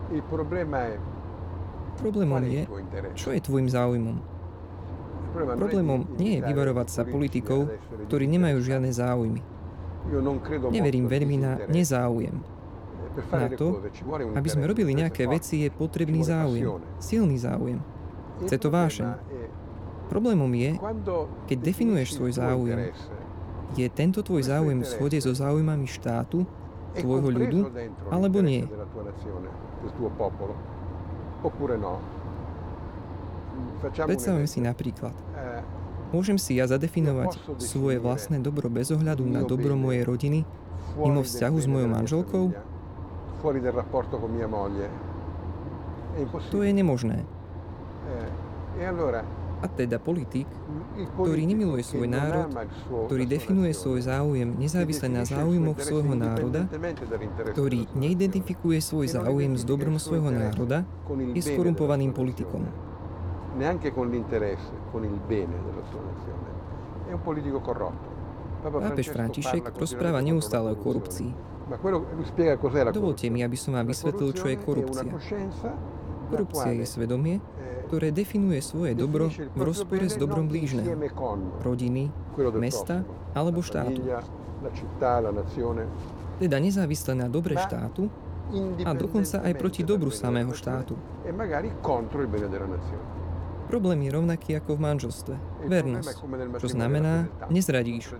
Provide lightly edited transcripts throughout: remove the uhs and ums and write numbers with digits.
Problémom je, čo je tvojim záujmom. Problémom nie je vyvarovať sa politikov, ktorí nemajú žiadne záujmy. Neverím veľmi na nezáujem. Na to, aby sme robili nejaké veci, je potrebný záujem. Silný záujem. Chce to vášeň. Problémom je, keď definuješ svoj záujem. Je tento tvoj záujem v zhode so záujmami štátu, tvojho ľudu, alebo nie? Predstavme si napríklad. Môžem si ja zadefinovať svoje vlastné dobro bez ohľadu na dobro mojej rodiny mimo vzťahu s mojou manželkou? To je nemožné. A teda politik, ktorý nemiluje svoj národ, ktorý definuje svoj záujem nezávisle na záujmoch svojho národa, ktorý neidentifikuje svoj záujem s dobrom svojho národa, je skorumpovaným politikom. Pápež František rozpráva neustále o korupcii. Dovoľte mi, aby som vám vysvetlil, čo je korupcia. Korupcia je svedomie, ktoré definuje svoje dobro v rozpore s dobrom blížneho, rodiny, mesta alebo štátu. Teda nezávisle na dobre štátu a dokonca aj proti dobru samého štátu. Problém je rovnaký ako v manželstve. Vernosť, čo znamená nezradíš.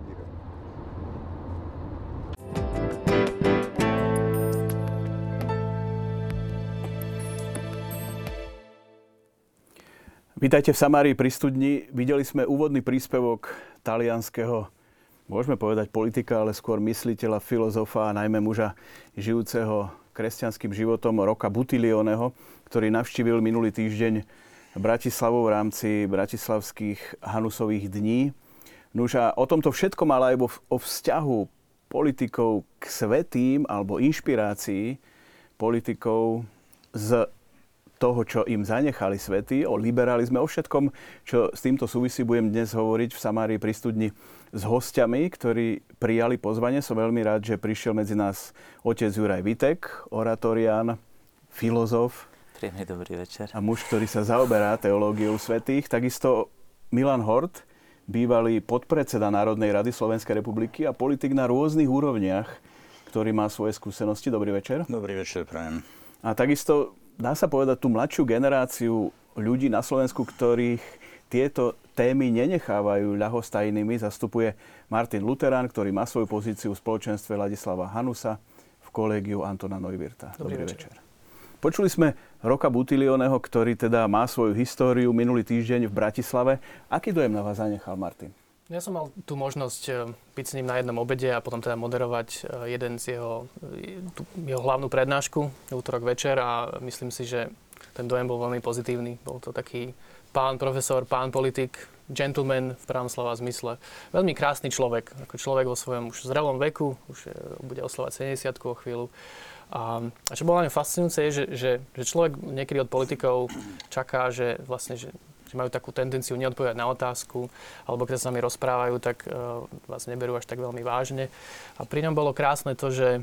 Vítajte v Samárii pri studni. Videli sme úvodný príspevok talianskeho, môžeme povedať politika, ale skôr mysliteľa, filozofa a najmä muža žijúceho kresťanským životom Rocca Buttiglioneho, ktorý navštívil minulý týždeň Bratislavu v rámci bratislavských Hanusových dní. Nuž a o tomto všetkom, ale aj o vzťahu politikov k svätým alebo inšpirácii politikov z toho, čo im zanechali svätí, o liberalizme, o všetkom, čo s týmto súvisí, budem dnes hovoriť v Samárii pri studni s hostiami, ktorí prijali pozvanie. Som veľmi rád, že prišiel medzi nás otec Juraj Vitek, oratorián, filozof. Príjemný dobrý večer. A muž, ktorý sa zaoberá teológiou svätých. Takisto Milan Hort, bývalý podpredseda Národnej rady Slovenskej republiky a politik na rôznych úrovniach, ktorý má svoje skúsenosti. Dobrý večer. Dobrý večer, prajem. A takisto dá sa povedať tú mladšiu generáciu ľudí na Slovensku, ktorých tieto témy nenechávajú ľahostajnými. Zastupuje Martin Luterán, ktorý má svoju pozíciu v spoločenstve Ladislava Hanusa v kolégiu Antona Neuwirtha. Dobrý večer. Počuli sme Rocca Buttiglioneho, ktorý teda má svoju históriu minulý týždeň v Bratislave. Aký dojem na vás zanechal, Martin? Ja som mal tú možnosť byť s ním na jednom obede a potom teda moderovať jeden z jeho hlavnú prednášku útorok večer a myslím si, že ten dojem bol veľmi pozitívny. Bol to taký pán profesor, pán politik, gentleman v pravom slova zmysle. Veľmi krásny človek, ako človek vo svojom už zrelom veku, už bude oslovať 70-ku o chvíľu. A čo bolo na mňa fascinujúce je, že človek niekedy od politikov čaká, že vlastne, že majú takú tendenciu neodpovedať na otázku, alebo keď sa s nami rozprávajú, tak vás neberú až tak veľmi vážne. A pri ňom bolo krásne to, že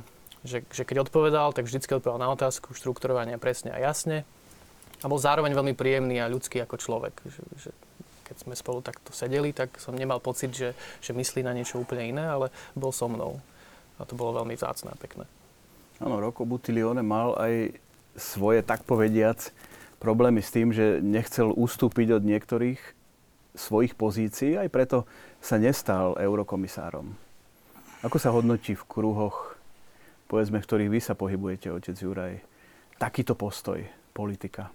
keď odpovedal, tak vždycky odpovedal na otázku, štrukturovane presne a jasne. A bol zároveň veľmi príjemný a ľudský ako človek. Že keď sme spolu takto sedeli, tak som nemal pocit, že myslí na niečo úplne iné, ale bol so mnou. A to bolo veľmi vzácne a pekné. Áno, Rocco Buttiglione mal aj svoje, tak povediac, problémy s tým, že nechcel ustúpiť od niektorých svojich pozícií, aj preto sa nestal eurokomisárom. Ako sa hodnotí v kruhoch, povedzme, v ktorých vy sa pohybujete, otec Juraj, takýto postoj politika?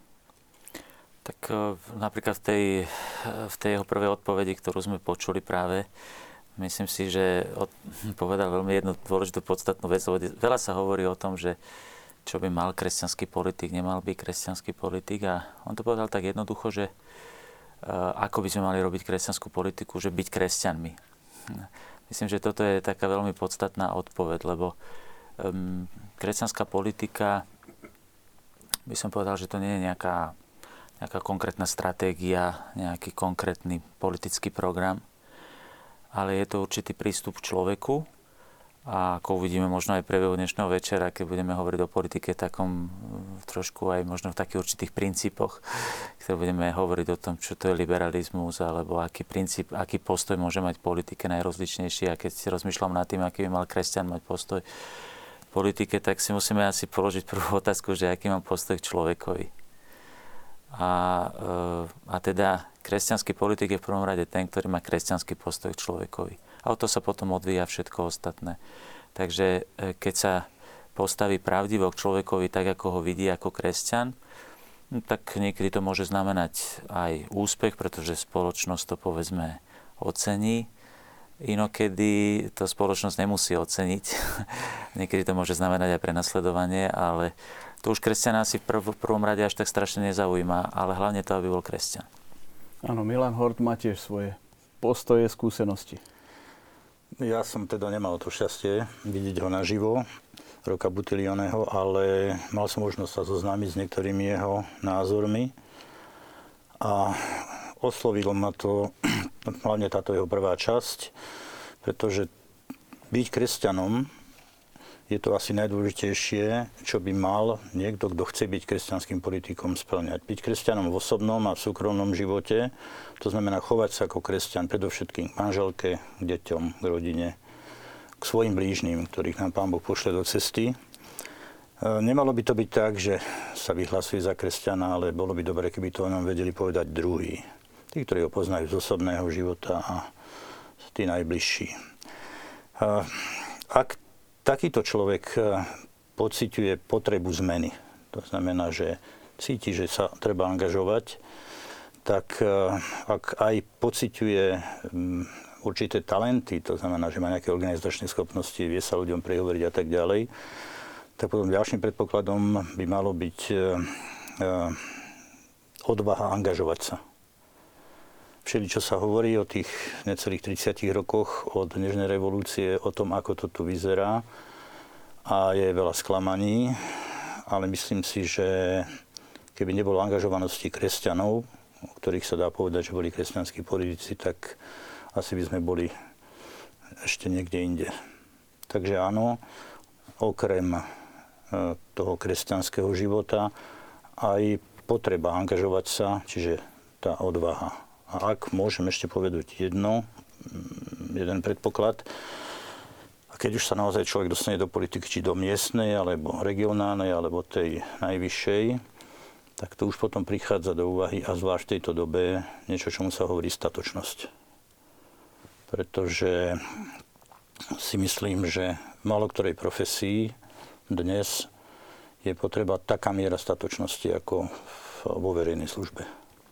Tak napríklad v tej jeho prvej odpovedi, ktorú sme počuli práve, myslím si, že povedal veľmi jednu dôležitú podstatnú vec. Veľa sa hovorí o tom, že čo by mal kresťanský politik, nemal by kresťanský politik. A on to povedal tak jednoducho, že ako by sme mali robiť kresťanskú politiku, že byť kresťanmi. Myslím, že toto je taká veľmi podstatná odpoveď, lebo kresťanská politika, by som povedal, že to nie je nejaká konkrétna stratégia, nejaký konkrétny politický program, ale je to určitý prístup k človeku A ako uvidíme možno aj v priebehu dnešného večera, keď budeme hovoriť o politike takom trošku aj možno v takých určitých princípoch, ktoré budeme hovoriť o tom, čo to je liberalizmus, alebo aký princíp, aký postoj môže mať v politike najrozličnejší. A keď si rozmýšľam nad tým, aký by mal kresťan mať postoj v politike, tak si musíme asi položiť prvú otázku, že aký mám postoj k človekovi. A teda kresťanský politik je v prvom rade ten, ktorý má kresťanský postoj k človekovi. A o to sa potom odvíja všetko ostatné. Takže keď sa postaví pravdivo k človekovi tak, ako ho vidí ako kresťan, tak niekedy to môže znamenať aj úspech, pretože spoločnosť to povedzme ocení. Inokedy to spoločnosť nemusí oceniť. Niekedy to môže znamenať aj prenasledovanie, ale to už kresťana asi v prvom rade až tak strašne nezaujíma, ale hlavne to, aby bol kresťan. Áno, Milan Hort má tiež svoje postoje, skúsenosti. Ja som teda nemal to šťastie vidieť ho naživo, Roka Buttiglioneho, ale mal som možnosť sa zoznámiť s niektorými jeho názormi a oslovilo ma to hlavne táto jeho prvá časť, pretože byť kresťanom je to asi najdôležitejšie, čo by mal niekto, kto chce byť kresťanským politikom, spĺňať. Byť kresťanom v osobnom a v súkromnom živote, to znamená chovať sa ako kresťan predovšetkým k manželke, k deťom, k rodine, k svojim blížnym, ktorých nám Pán Boh pošle do cesty. Nemalo by to byť tak, že sa vyhlasuje za kresťana, ale bolo by dobre, keby to o ňom vedeli povedať druhí. Tí, ktorí ho poznajú z osobného života a tí najbližší. Ak takýto človek pociťuje potrebu zmeny, to znamená, že cíti, že sa treba angažovať, tak ak aj pociťuje určité talenty, to znamená, že má nejaké organizačné schopnosti, vie sa ľuďom prehovoriť a tak ďalej, tak potom ďalším predpokladom by malo byť odvaha angažovať sa. Všeličo sa hovorí o tých necelých 30 rokoch od Nežnej revolúcie, o tom, ako to tu vyzerá. A je veľa sklamaní, ale myslím si, že keby nebolo angažovanosti kresťanov, o ktorých sa dá povedať, že boli kresťanskí politici, tak asi by sme boli ešte niekde inde. Takže áno, okrem toho kresťanského života aj potreba angažovať sa, čiže tá odvaha. A ak môžem ešte povedať jeden predpoklad, a keď už sa naozaj človek dostane do politiky, či do miestnej, alebo regionálnej, alebo tej najvyššej, tak to už potom prichádza do úvahy, a zvlášť v tejto dobe, niečo, čomu sa hovorí statočnosť. Pretože si myslím, že v málo ktorej profesii dnes je potreba taká miera statočnosti, ako vo verejnej službe.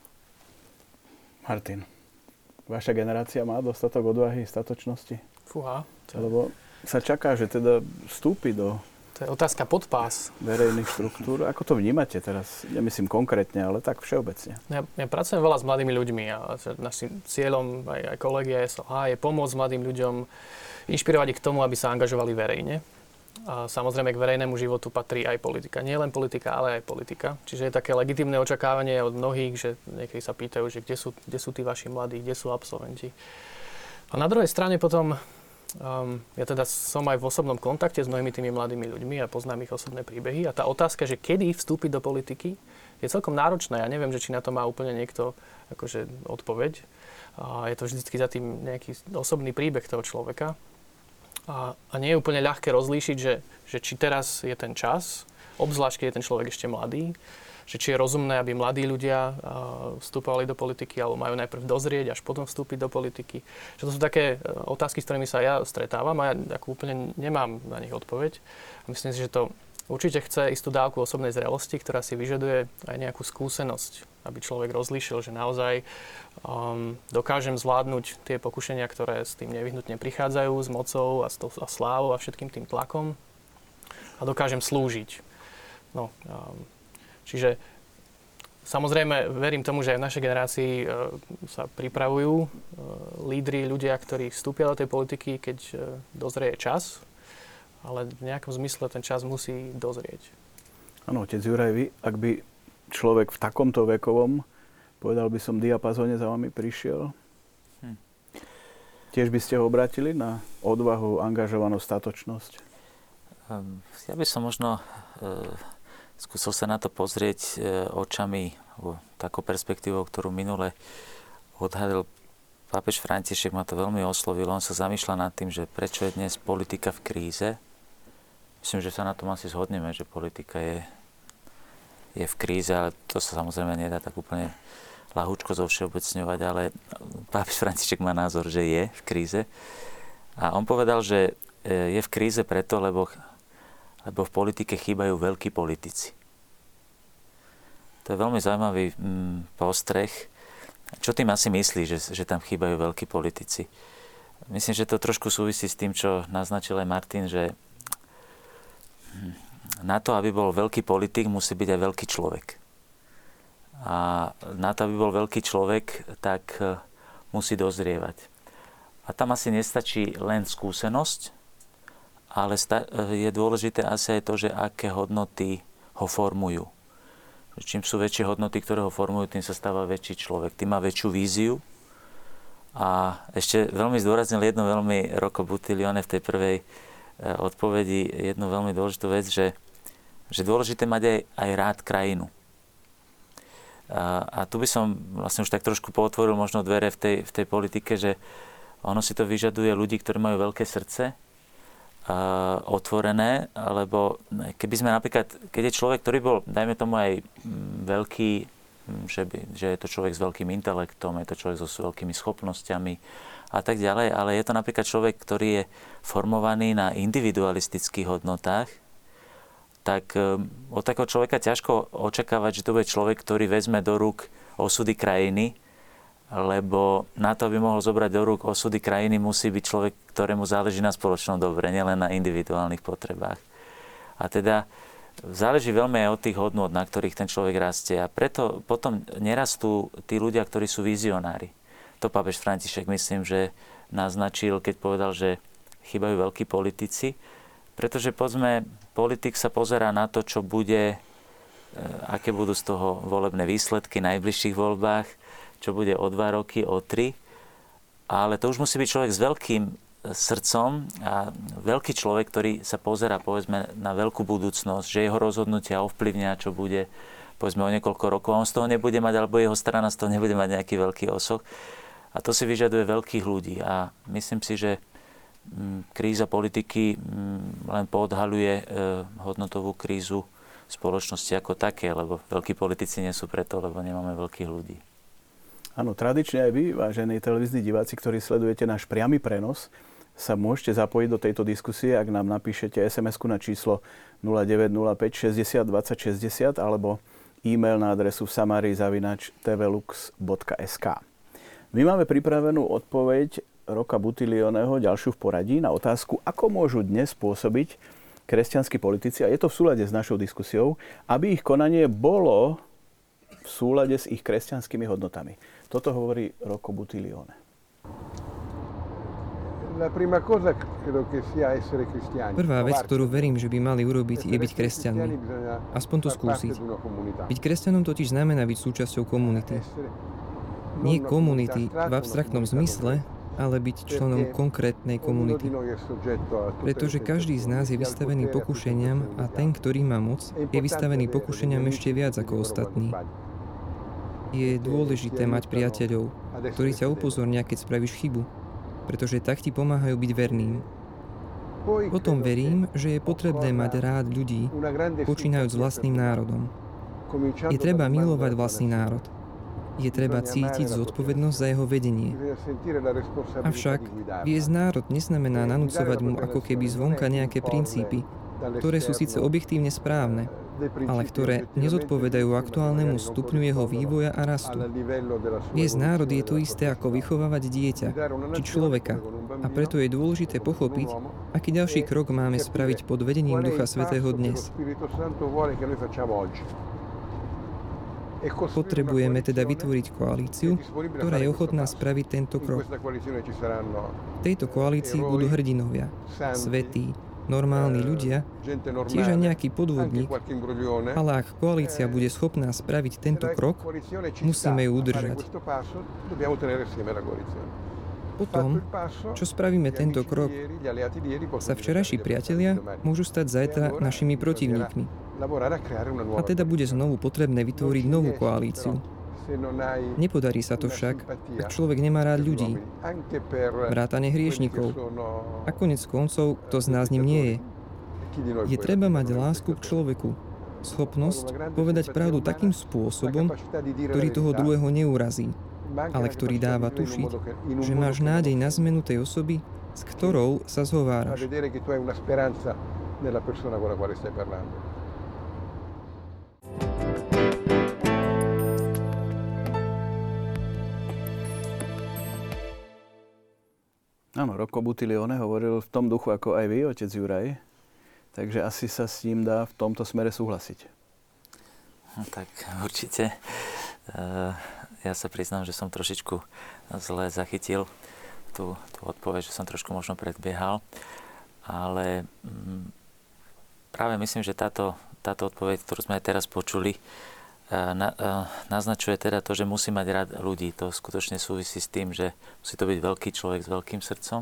Martin, vaša generácia má dostatok odvahy, statočnosti? Fúha. Lebo sa čaká, že teda vstúpi do... To je otázka pod pás. Verejných štruktúr. Ako to vnímate teraz? Nemyslím konkrétne, ale tak všeobecne. Ja pracujem veľa s mladými ľuďmi a našim cieľom aj kolegia SLH je pomôcť mladým ľuďom, inšpirovať ich k tomu, aby sa angažovali verejne. A samozrejme k verejnému životu patrí aj politika. Nie len politika, ale aj politika. Čiže je také legitímne očakávanie od mnohých, že niekedy sa pýtajú, že kde sú tí vaši mladí, kde sú absolventi. A na druhej strane potom, ja teda som aj v osobnom kontakte s mnohými tými mladými ľuďmi a poznám ich osobné príbehy. A tá otázka, že kedy vstúpiť do politiky, je celkom náročná. Ja neviem, že či na to má úplne niekto akože odpoveď. A je to vždycky za tým nejaký osobný príbeh toho človeka. A nie je úplne ľahké rozlíšiť, že či teraz je ten čas, obzvlášť keď je ten človek ešte mladý, že či je rozumné, aby mladí ľudia vstupovali do politiky, alebo majú najprv dozrieť, až potom vstúpiť do politiky. Že to sú také otázky, s ktorými sa ja stretávam a ja ako úplne nemám na nich odpoveď. A myslím si, že to určite chce istú dávku osobnej zrelosti, ktorá si vyžaduje aj nejakú skúsenosť, aby človek rozlíšil, že naozaj dokážem zvládnuť tie pokušenia, ktoré s tým nevyhnutne prichádzajú, s mocou a slávou a všetkým tým tlakom a dokážem slúžiť. No, čiže samozrejme verím tomu, že aj v našej generácii sa pripravujú lídri, ľudia, ktorí vstúpia do tej politiky, keď dozrie čas, ale v nejakom zmysle ten čas musí dozrieť. Áno, otec Juraj, vy, ak by človek v takomto vekovom, povedal by som, diapazóne za vami prišiel, Tiež by ste ho obratili na odvahu, angažovanosť, statočnosť? Ja by som možno skúsil sa na to pozrieť očami, takou perspektívou, ktorú minule odhalil pápež František, ma to veľmi oslovilo. On sa zamýšľa nad tým, že prečo je dnes politika v kríze. Myslím, že sa na tom asi zhodneme, že politika je v kríze, ale to sa samozrejme nedá tak úplne ľahúčko zovšeobecňovať, ale pápež František má názor, že je v kríze. A on povedal, že je v kríze preto, lebo v politike chýbajú veľkí politici. To je veľmi zaujímavý postreh. Čo tým asi myslí, že tam chýbajú veľkí politici? Myslím, že to trošku súvisí s tým, čo naznačil aj Martin, že na to, aby bol veľký politik, musí byť aj veľký človek. A na to, aby bol veľký človek, tak musí dozrievať. A tam asi nestačí len skúsenosť, ale je dôležité asi aj to, že aké hodnoty ho formujú. Čím sú väčšie hodnoty, ktoré ho formujú, tým sa stáva väčší človek. Tým má väčšiu víziu. A ešte veľmi zdôraznil jednu veľmi Rocco Buttiglione v tej prvej odpovedi, jednu veľmi dôležitú vec, že dôležité mať aj rád krajinu. A tu by som vlastne už tak trošku pootvoril možno dvere v tej politike, že ono si to vyžaduje ľudí, ktorí majú veľké srdce, otvorené, lebo keby sme napríklad, keď je človek, ktorý bol, dajme tomu aj veľký, že je to človek s veľkým intelektom, je to človek so veľkými schopnosťami a tak ďalej, ale je to napríklad človek, ktorý je formovaný na individualistických hodnotách, tak od takého človeka ťažko očakávať, že to bude človek, ktorý vezme do rúk osudy krajiny, lebo na to, aby mohol zobrať do rúk osudy krajiny, musí byť človek, ktorému záleží na spoločnom dobre, nielen na individuálnych potrebách. A teda záleží veľmi aj od tých hodnôt, na ktorých ten človek rastie. A preto potom nerastú tí ľudia, ktorí sú vizionári. To pápež František, myslím, že naznačil, keď povedal, že chýbajú veľkí politici, pretože povedzme, politik sa pozerá na to, čo bude, aké budú z toho volebné výsledky v najbližších voľbách, čo bude o 2 roky, o 3. Ale to už musí byť človek s veľkým srdcom a veľký človek, ktorý sa pozerá, povedzme, na veľkú budúcnosť, že jeho rozhodnutia ovplyvnia, čo bude, povedzme, o niekoľko rokov. A on z toho nebude mať, alebo jeho strana z toho nebude mať nejaký veľký osoch. A to si vyžaduje veľkých ľudí. A myslím si, že kríza politiky len poodhaľuje hodnotovú krízu spoločnosti ako také, lebo veľkí politici nie sú preto, lebo nemáme veľkých ľudí. Áno, tradične aj vy, vážení televízni diváci, ktorí sledujete náš priamy prenos, sa môžete zapojiť do tejto diskusie, ak nám napíšete SMS-ku na číslo 0905 60 20 60 alebo e-mail na adresu samari@tvlux.sk. My máme pripravenú odpoveď Rocca Buttiglioneho, ďalšiu v poradí, na otázku, ako môžu dnes pôsobiť kresťanskí politici, a je to v súlade s našou diskusiou, aby ich konanie bolo v súlade s ich kresťanskými hodnotami. Toto hovorí Rocco Buttiglione. Prvá vec, ktorú verím, že by mali urobiť, je byť kresťanmi. Aspoň to skúsiť. Byť kresťanom totiž znamená byť súčasťou komunity. Nie komunity v abstraktnom zmysle, ale byť členom konkrétnej komunity. Pretože každý z nás je vystavený pokušeniam a ten, ktorý má moc, je vystavený pokušeniam ešte viac ako ostatní. Je dôležité mať priateľov, ktorí ťa upozornia, keď spravíš chybu, pretože tak ti pomáhajú byť verným. Potom verím, že je potrebné mať rád ľudí, počínajúc s vlastným národom. Je treba milovať vlastný národ. Je treba cítiť zodpovednosť za jeho vedenie. Avšak viesť národ neznamená nanúcovať mu ako keby zvonka nejaké princípy, ktoré sú síce objektívne správne, ale ktoré nezodpovedajú aktuálnemu stupňu jeho vývoja a rastu. Viesť národ je to isté ako vychovávať dieťa či človeka, a preto je dôležité pochopiť, aký ďalší krok máme spraviť pod vedením Ducha Svätého dnes. Potrebujeme teda vytvoriť koalíciu, ktorá je ochotná spraviť tento krok. V tejto koalícii budú hrdinovia, svätí, normálni ľudia, tiež aj nejaký podvodník, ale ak koalícia bude schopná spraviť tento krok, musíme ju udržať. Potom, čo spravíme tento krok, sa včerajší priatelia môžu stať zajtra našimi protivníkmi. A teda bude znovu potrebné vytvoriť novú koalíciu. Nepodarí sa to však, ak človek nemá rád ľudí, vrátane hriešnikov. A konec koncov, kto z nás ním nie je. Je treba mať lásku k človeku, schopnosť povedať pravdu takým spôsobom, ktorý toho druhého neurazí, ale ktorý dáva tušiť, že máš nádej na zmenu tej osoby, s ktorou sa zhováraš. Áno, Rocco Buttiglione hovoril v tom duchu, ako aj vy, otec Juraj. Takže asi sa s ním dá v tomto smere súhlasiť. Tak určite. Ja sa priznám, že som trošičku zle zachytil tú odpoveď, že som trošku možno predbiehal. Ale práve myslím, že táto odpoveď, ktorú sme aj teraz počuli, naznačuje teda to, že musí mať rád ľudí. To skutočne súvisí s tým, že musí to byť veľký človek s veľkým srdcom.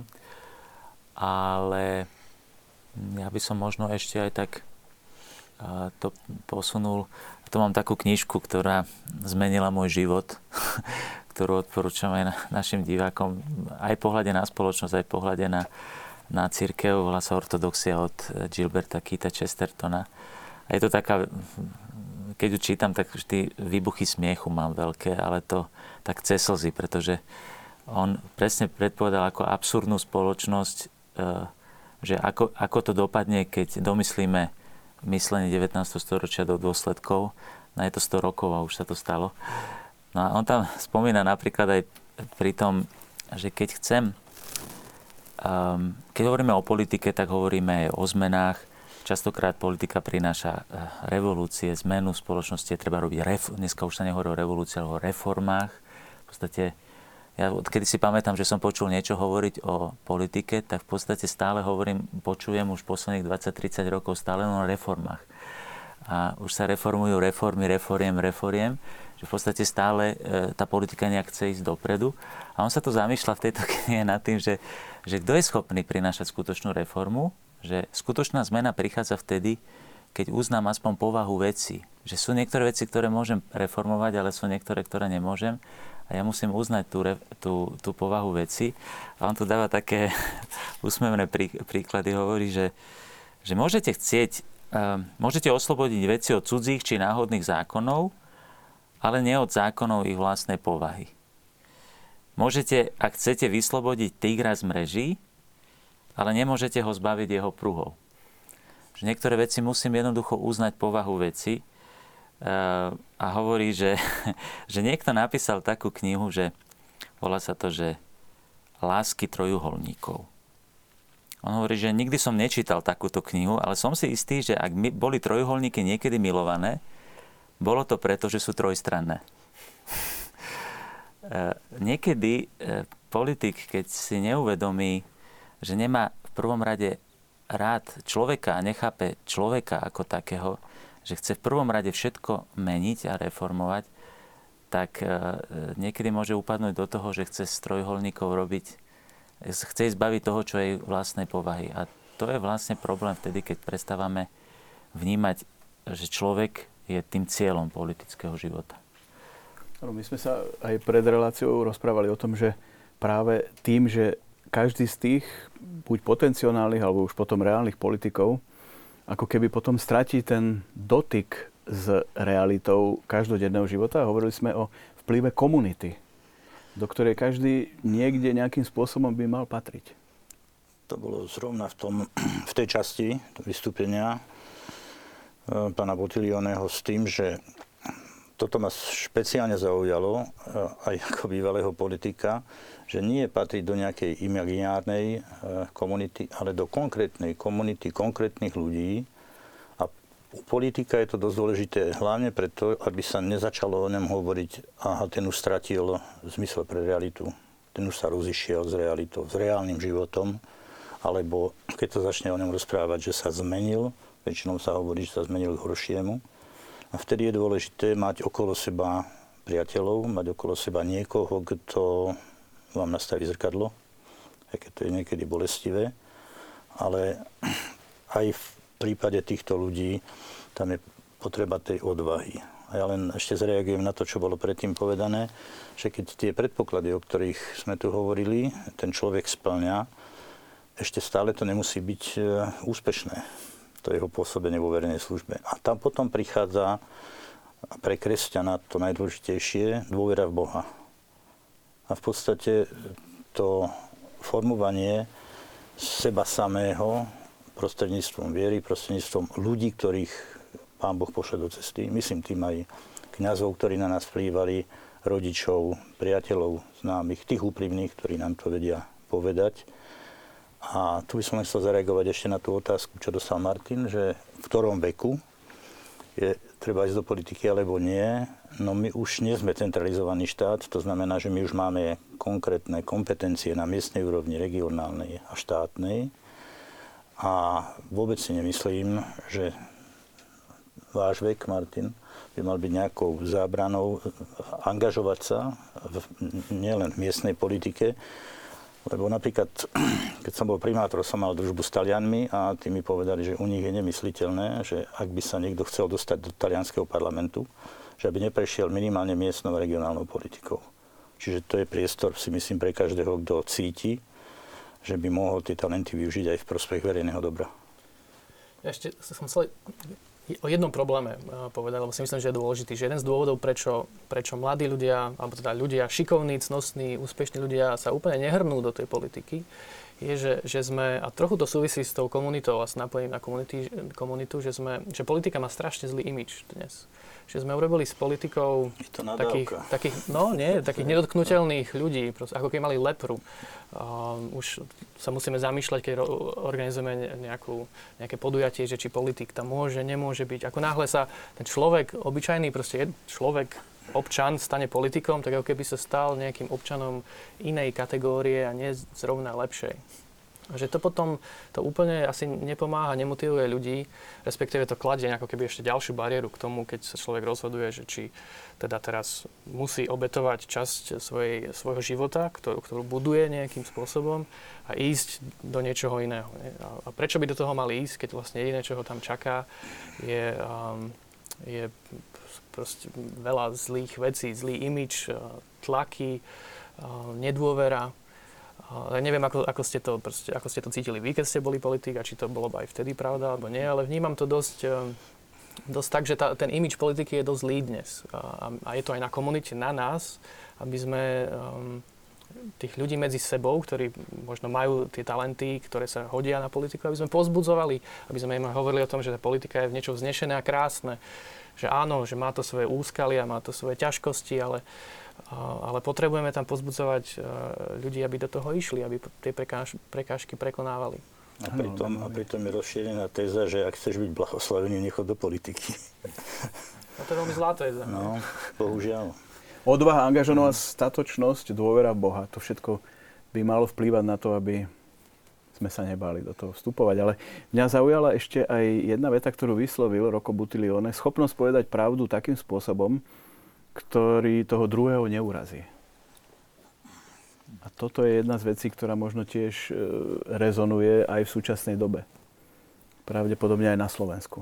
Ale ja by som možno ešte aj tak to posunul. Tu mám takú knižku, ktorá zmenila môj život, ktorú odporúčam aj našim divákom. Aj pohľade na spoločnosť, aj pohľade na cirkev. Volá sa Ortodoxia od Gilberta Keitha Chestertona. A je to taká, keď ju čítam, tak vždy výbuchy smiechu mám veľké, ale to tak cez slzy, pretože on presne predpovedal ako absurdnú spoločnosť, že ako to dopadne, keď domyslíme myslenie 19. storočia do dôsledkov. No je to 100 rokov a už sa to stalo. No a on tam spomína napríklad aj pri tom, že keď hovoríme o politike, tak hovoríme aj o zmenách. Častokrát politika prináša revolúcie, zmenu v spoločnosti, treba robiť dneska už sa nehovorí o revolúcii, ale o reformách. V podstate ja odkedy si pamätám, že som počul niečo hovoriť o politike, tak v podstate stále počujem už posledných 20-30 rokov stále o reformách. A už sa reformujú reforiem, že v podstate stále tá politika nejak chce ísť dopredu. A on sa tu zamýšľa v tejto knihe nad tým, že kto je schopný prinášať skutočnú reformu, že skutočná zmena prichádza vtedy, keď uznám aspoň povahu vecí. Že sú niektoré veci, ktoré môžem reformovať, ale sú niektoré, ktoré nemôžem. A ja musím uznať tú povahu veci. A on tu dáva také úsmevné príklady. Hovorí, že môžete oslobodiť veci od cudzích či náhodných zákonov, ale nie od zákonov ich vlastnej povahy. Môžete, ak chcete, vyslobodiť tigra z mreží, ale nemôžete ho zbaviť jeho pruhov. Že niektoré veci musím jednoducho uznať povahu veci. A hovorí, že niekto napísal takú knihu, že volá sa to, že Lásky trojuholníkov. On hovorí, že nikdy som nečítal takúto knihu, ale som si istý, že ak boli trojuholníky niekedy milované, bolo to preto, že sú trojstranné. Niekedy politik, keď si neuvedomí, že nemá v prvom rade rád človeka a nechápe človeka ako takého, že chce v prvom rade všetko meniť a reformovať, tak niekedy môže upadnúť do toho, že chce z trojuholníkov chce zbaviť toho, čo je vlastnej povahy. A to je vlastne problém vtedy, keď prestávame vnímať, že človek je tým cieľom politického života. My sme sa aj pred reláciou rozprávali o tom, že práve tým, že každý z tých, buď potenciálnych, alebo už potom reálnych politikov, ako keby potom stratí ten dotyk s realitou každodenného života. Hovorili sme o vplyve komunity, do ktorej každý niekde nejakým spôsobom by mal patriť. To bolo zrovna v tej časti vystúpenia pána Buttiglioneho s tým, že toto ma špeciálne zaujalo, aj ako bývalého politika, že nie patrí do nejakej imaginárnej komunity, ale do konkrétnej komunity, konkrétnych ľudí. A u politika je to dosť dôležité, hlavne preto, aby sa nezačalo o ňom hovoriť, aha, ten už stratil zmysel pre realitu, ten už sa rozišiel s realitou, s reálnym životom, alebo keď sa začne o ňom rozprávať, že sa zmenil, väčšinou sa hovorí, že sa zmenil k horšiemu. A vtedy je dôležité mať okolo seba priateľov, mať okolo seba niekoho, kto vám nastaví zrkadlo, aké to je niekedy bolestivé, ale aj v prípade týchto ľudí tam je potreba tej odvahy. A ja len ešte zareagujem na to, čo bolo predtým povedané, že keď tie predpoklady, o ktorých sme tu hovorili, ten človek spĺňa, ešte stále to nemusí byť úspešné, to jeho pôsobenie vo verejnej službe. A tam potom prichádza pre kresťana to najdôležitejšie, dôvera v Boha. A v podstate to formovanie seba samého prostredníctvom viery, prostredníctvom ľudí, ktorých Pán Boh pošle do cesty. Myslím tým aj kňazov, ktorí na nás vplývali, rodičov, priateľov, známych, tých úprimných, ktorí nám to vedia povedať. A tu by som chcel zareagovať ešte na tú otázku, čo dostal Martin, že v ktorom veku je treba ísť do politiky alebo nie. No my už nie sme centralizovaný štát, to znamená, že my už máme konkrétne kompetencie na miestnej úrovni, regionálnej a štátnej. A vôbec si nemyslím, že váš vek, Martin, by mal byť nejakou zábranou angažovať sa nielen v miestnej politike, lebo napríklad, keď som bol primátor, som mal družbu s Talianmi a tí mi povedali, že u nich je nemysliteľné, že ak by sa niekto chcel dostať do talianskeho parlamentu, že aby neprešiel minimálne miestnou regionálnou politikou. Čiže to je priestor, si myslím, pre každého, kto cíti, že by mohol tie talenty využiť aj v prospech verejného dobra. Ja ešte som chcel o jednom probléme povedať, lebo si myslím, že je dôležitý. Že jeden z dôvodov, prečo mladí ľudia, alebo teda ľudia šikovní, cnostní, úspešní ľudia sa úplne nehrnú do tej politiky, je, že sme, a trochu to súvisí s tou komunitou a s napojením na komunitu, že politika má strašne zlý imidž dnes. Že sme urobili s politikou takých nedotknuteľných ľudí, proste, ako keď mali lepru. Už sa musíme zamýšľať, keď organizujeme nejaké podujatie, že či politik tam môže, nemôže byť. Ako náhle sa ten človek, obyčajný proste človek, občan stane politikom, tak ako keby sa stal nejakým občanom inej kategórie a nie zrovna lepšej. Že to potom to úplne asi nepomáha, nemotivuje ľudí, respektíve to kladie ako keby ešte ďalšiu bariéru k tomu, keď sa človek rozhoduje, že či teda teraz musí obetovať časť svojho života, ktorú buduje nejakým spôsobom a ísť do niečoho iného. A prečo by do toho mal ísť, keď vlastne jediné, čo ho tam čaká, je proste veľa zlých vecí, zlý imidž, tlaky, nedôvera. Ja neviem, ako ste to cítili vy, keď ste boli politik, a či to bolo aj vtedy pravda, alebo nie, ale vnímam to dosť tak, že ten imidž politiky je dosť zlý dnes. A je to aj na komunite, na nás, aby sme tých ľudí medzi sebou, ktorí možno majú tie talenty, ktoré sa hodia na politiku, aby sme povzbudzovali, aby sme im hovorili o tom, že tá politika je v niečo vznešené a krásne. Že áno, že má to svoje úskalia, má to svoje ťažkosti, ale potrebujeme tam povzbudzovať ľudí, aby do toho išli, aby tie prekážky prekonávali. A pritom je rozšírená téza, že ak chceš byť blahoslavený, nechod do politiky. No to je veľmi zlá téza. No, bohužiaľ. Odvaha, angažovanosť, statočnosť, dôvera v Boha, to všetko by malo vplývať na to, aby sme sa nebáli do toho vstupovať. Ale mňa zaujala ešte aj jedna veta, ktorú vyslovil Rocco Buttiglione. Schopnosť povedať pravdu takým spôsobom, ktorý toho druhého neurazí. A toto je jedna z vecí, ktorá možno tiež rezonuje aj v súčasnej dobe. Pravdepodobne aj na Slovensku.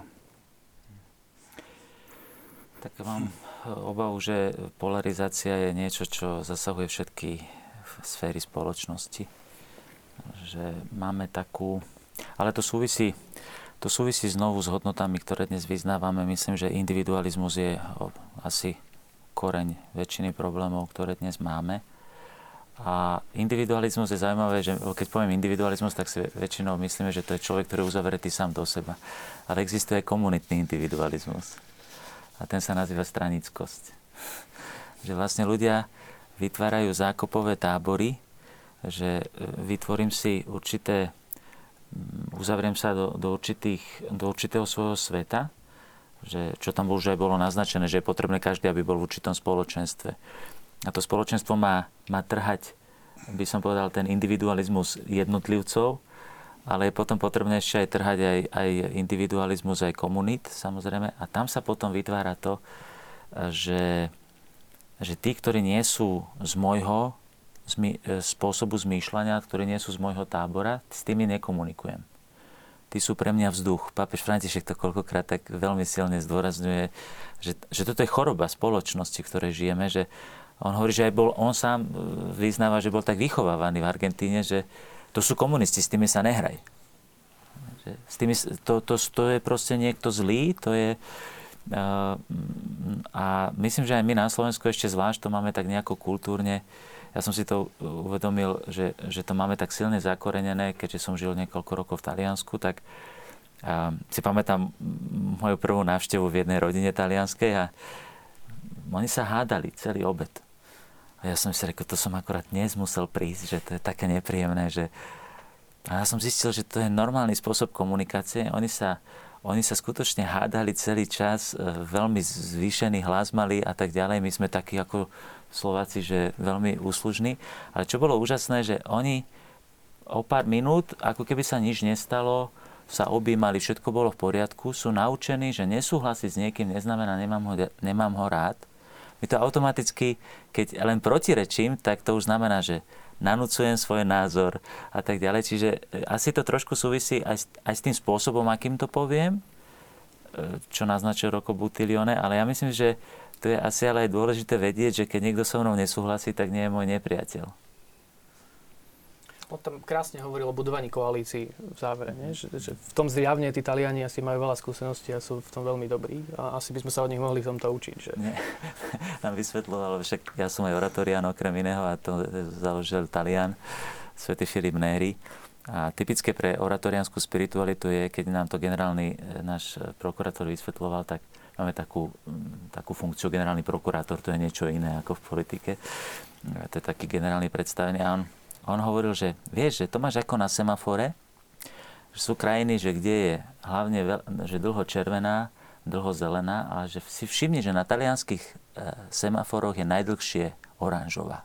Tak mám obavu, že polarizácia je niečo, čo zasahuje všetky sféry spoločnosti. Že máme takú... Ale to súvisí znovu s hodnotami, ktoré dnes vyznávame. Myslím, že individualizmus je asi koreň väčšiny problémov, ktoré dnes máme. A individualizmus je zaujímavé, že keď poviem individualizmus, tak si väčšinou myslíme, že to je človek, ktorý je uzavretý sám do seba. Ale existuje komunitný individualizmus. A ten sa nazýva stranickosť. Že vlastne ľudia vytvárajú zákopové tábory, že vytvorím si uzavriem sa do určitého svojho sveta, že čo tam už aj bolo naznačené, že je potrebné každý, aby bol v určitom spoločenstve. A to spoločenstvo má trhať, by som povedal, ten individualizmus jednotlivcov, ale je potom potrebné ešte aj trhať aj individualizmus, aj komunít, samozrejme. A tam sa potom vytvára to, že tí, ktorí nie sú z môjho spôsobu zmýšľania, ktorí nie sú z môjho tábora, s tými nekomunikujem. Tí sú pre mňa vzduch. Pápež František to koľkokrát tak veľmi silne zdôrazňuje, že toto je choroba spoločnosti, v ktorej žijeme, že on hovorí, že aj on sám vyznáva, že bol tak vychovávaný v Argentíne, že to sú komunisti, s tými sa nehraj. To je proste niekto zlý, to je... A myslím, že aj my na Slovensku ešte zvlášť to máme tak nejako kultúrne. Ja som si to uvedomil, že to máme tak silne zakorenené, keďže som žil niekoľko rokov v Taliansku, tak si pamätám moju prvú návštevu v jednej rodine talianskej a oni sa hádali celý obed. A ja som si řekl, to som akorát dnes musel prísť, že to je také nepríjemné, že... A ja som zistil, že to je normálny spôsob komunikácie. Oni sa skutočne hádali celý čas, veľmi zvýšený hlas mali a tak ďalej. My sme takí ako Slováci, že veľmi úslužní. Ale čo bolo úžasné, že oni o pár minút, ako keby sa nič nestalo, sa objímali, všetko bolo v poriadku, sú naučení, že nesúhlasiť s niekým neznamená, nemám ho rád. My to automaticky, keď len protirečím, tak to už znamená, že nanúcujem svoj názor a tak ďalej. Čiže asi to trošku súvisí aj s tým spôsobom, akým to poviem, čo naznačil Rocco Buttiglione, ale ja myslím, že to je asi ale aj dôležité vedieť, že keď niekto so mnou nesúhlasí, tak nie je môj nepriateľ. On tam krásne hovoril o budovaní koalícií v závere, nie? Že v tom zjavne tí Taliani asi majú veľa skúseností a sú v tom veľmi dobrí a asi by sme sa od nich mohli v tomto učiť. Že... Nie, nám vysvetľoval, však ja som aj oratorián okrem iného a to založil Talian, svätý Filip Neri. A typické pre oratoriánsku spiritualitu je, keď nám to generálny náš prokurátor vysvetľoval, tak máme takú funkciu generálny prokurátor, to je niečo iné ako v politike. To je taký generálny predstavený a on hovoril, že vieš, že to máš ako na semafore, že sú krajiny, že kde je hlavne že dlho červená, dlho zelená, ale že si všimni, že na talianských semaforoch je najdlhšie oranžová.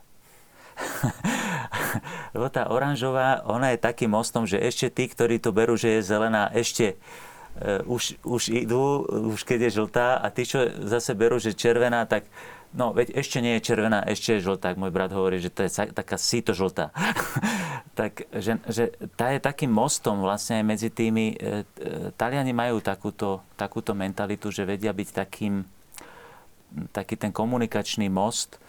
Lebo tá oranžová, ona je takým mostom, že ešte tí, ktorí to berú, že je zelená, ešte už idú, už keď je žltá a tí, čo zase berú, že červená, tak no, veď ešte nie je červená, ešte je žltá. Môj brat hovorí, že to je taká síto žltá. Tak, že tá je takým mostom vlastne aj medzi tými. Taliani majú takúto mentalitu, že vedia byť taký ten komunikačný most.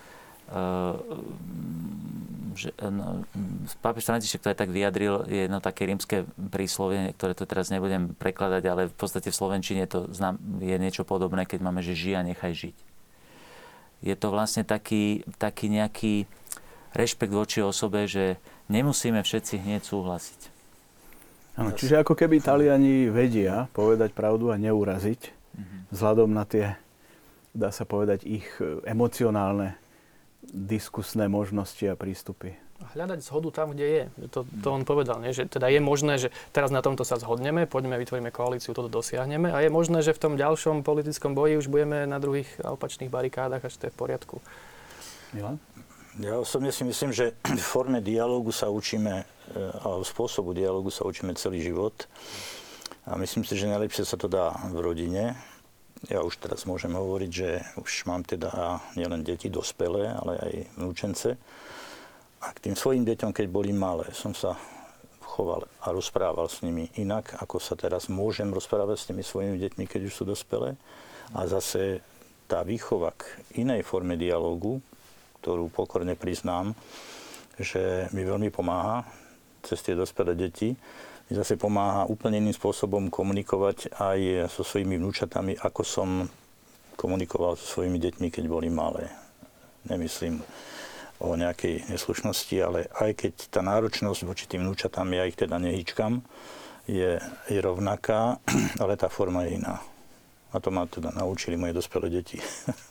Pápež František to aj tak vyjadril, je jedno také rímske príslovie, ktoré to teraz nebudem prekladať, ale v podstate v slovenčine to je niečo podobné, keď máme, že žij a nechaj žiť. Je to vlastne taký nejaký rešpekt voči osobe, že nemusíme všetci hneď súhlasiť. Áno, čiže ako keby Taliani vedia povedať pravdu a neuraziť, vzhľadom na tie, dá sa povedať, ich emocionálne diskusné možnosti a prístupy. Hľadať zhodu tam, kde je. To on povedal, nie? Že teda je možné, že teraz na tomto sa zhodneme, poďme, vytvoríme koalíciu, toto dosiahneme a je možné, že v tom ďalšom politickom boji už budeme na druhých opačných barikádach, až to je v poriadku. Milan? Ja osobne si myslím, že v forme dialógu sa učíme, alebo spôsobu dialógu sa učíme celý život a myslím si, že najlepšie sa to dá v rodine. Ja už teraz môžem hovoriť, že už mám teda nielen deti dospelé, ale aj vnúčence. A k tým svojim deťom, keď boli malé, som sa choval a rozprával s nimi inak, ako sa teraz môžem rozprávať s tými svojimi deťmi, keď už sú dospelé. A zase tá výchova k inej forme dialógu, ktorú pokorne priznám, že mi veľmi pomáha cez tie dospelé deti, mi zase pomáha úplne iným spôsobom komunikovať aj so svojimi vnúčatami, ako som komunikoval so svojimi deťmi, keď boli malé. Nemyslím o nejakej neslušnosti, ale aj keď tá náročnosť voči tým vnúčatám, ja ich teda nehýčkam, je rovnaká, ale tá forma je iná. A to ma teda naučili moje dospelé deti.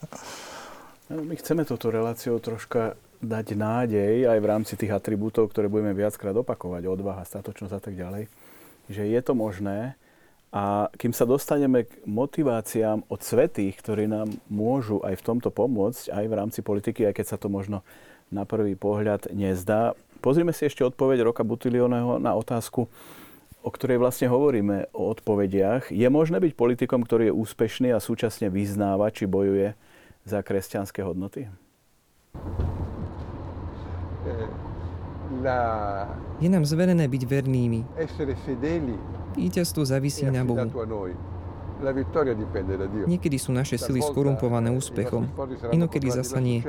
My chceme touto reláciou troška dať nádej aj v rámci tých atribútov, ktoré budeme viackrát opakovať, odvaha, statočnosť a tak ďalej, že je to možné. A kým sa dostaneme k motiváciám od svätých, ktorí nám môžu aj v tomto pomôcť, aj v rámci politiky, aj keď sa to možno na prvý pohľad nezdá. Pozrime si ešte odpoveď Rocca Buttiglioneho na otázku, o ktorej vlastne hovoríme o odpovediach. Je možné byť politikom, ktorý je úspešný a súčasne vyznáva, či bojuje za kresťanské hodnoty? Je nám zverené byť vernými. Víťazstvo závisí na Bohu. Niekedy sú naše sily skorumpované úspechom, inokedy zasa nie.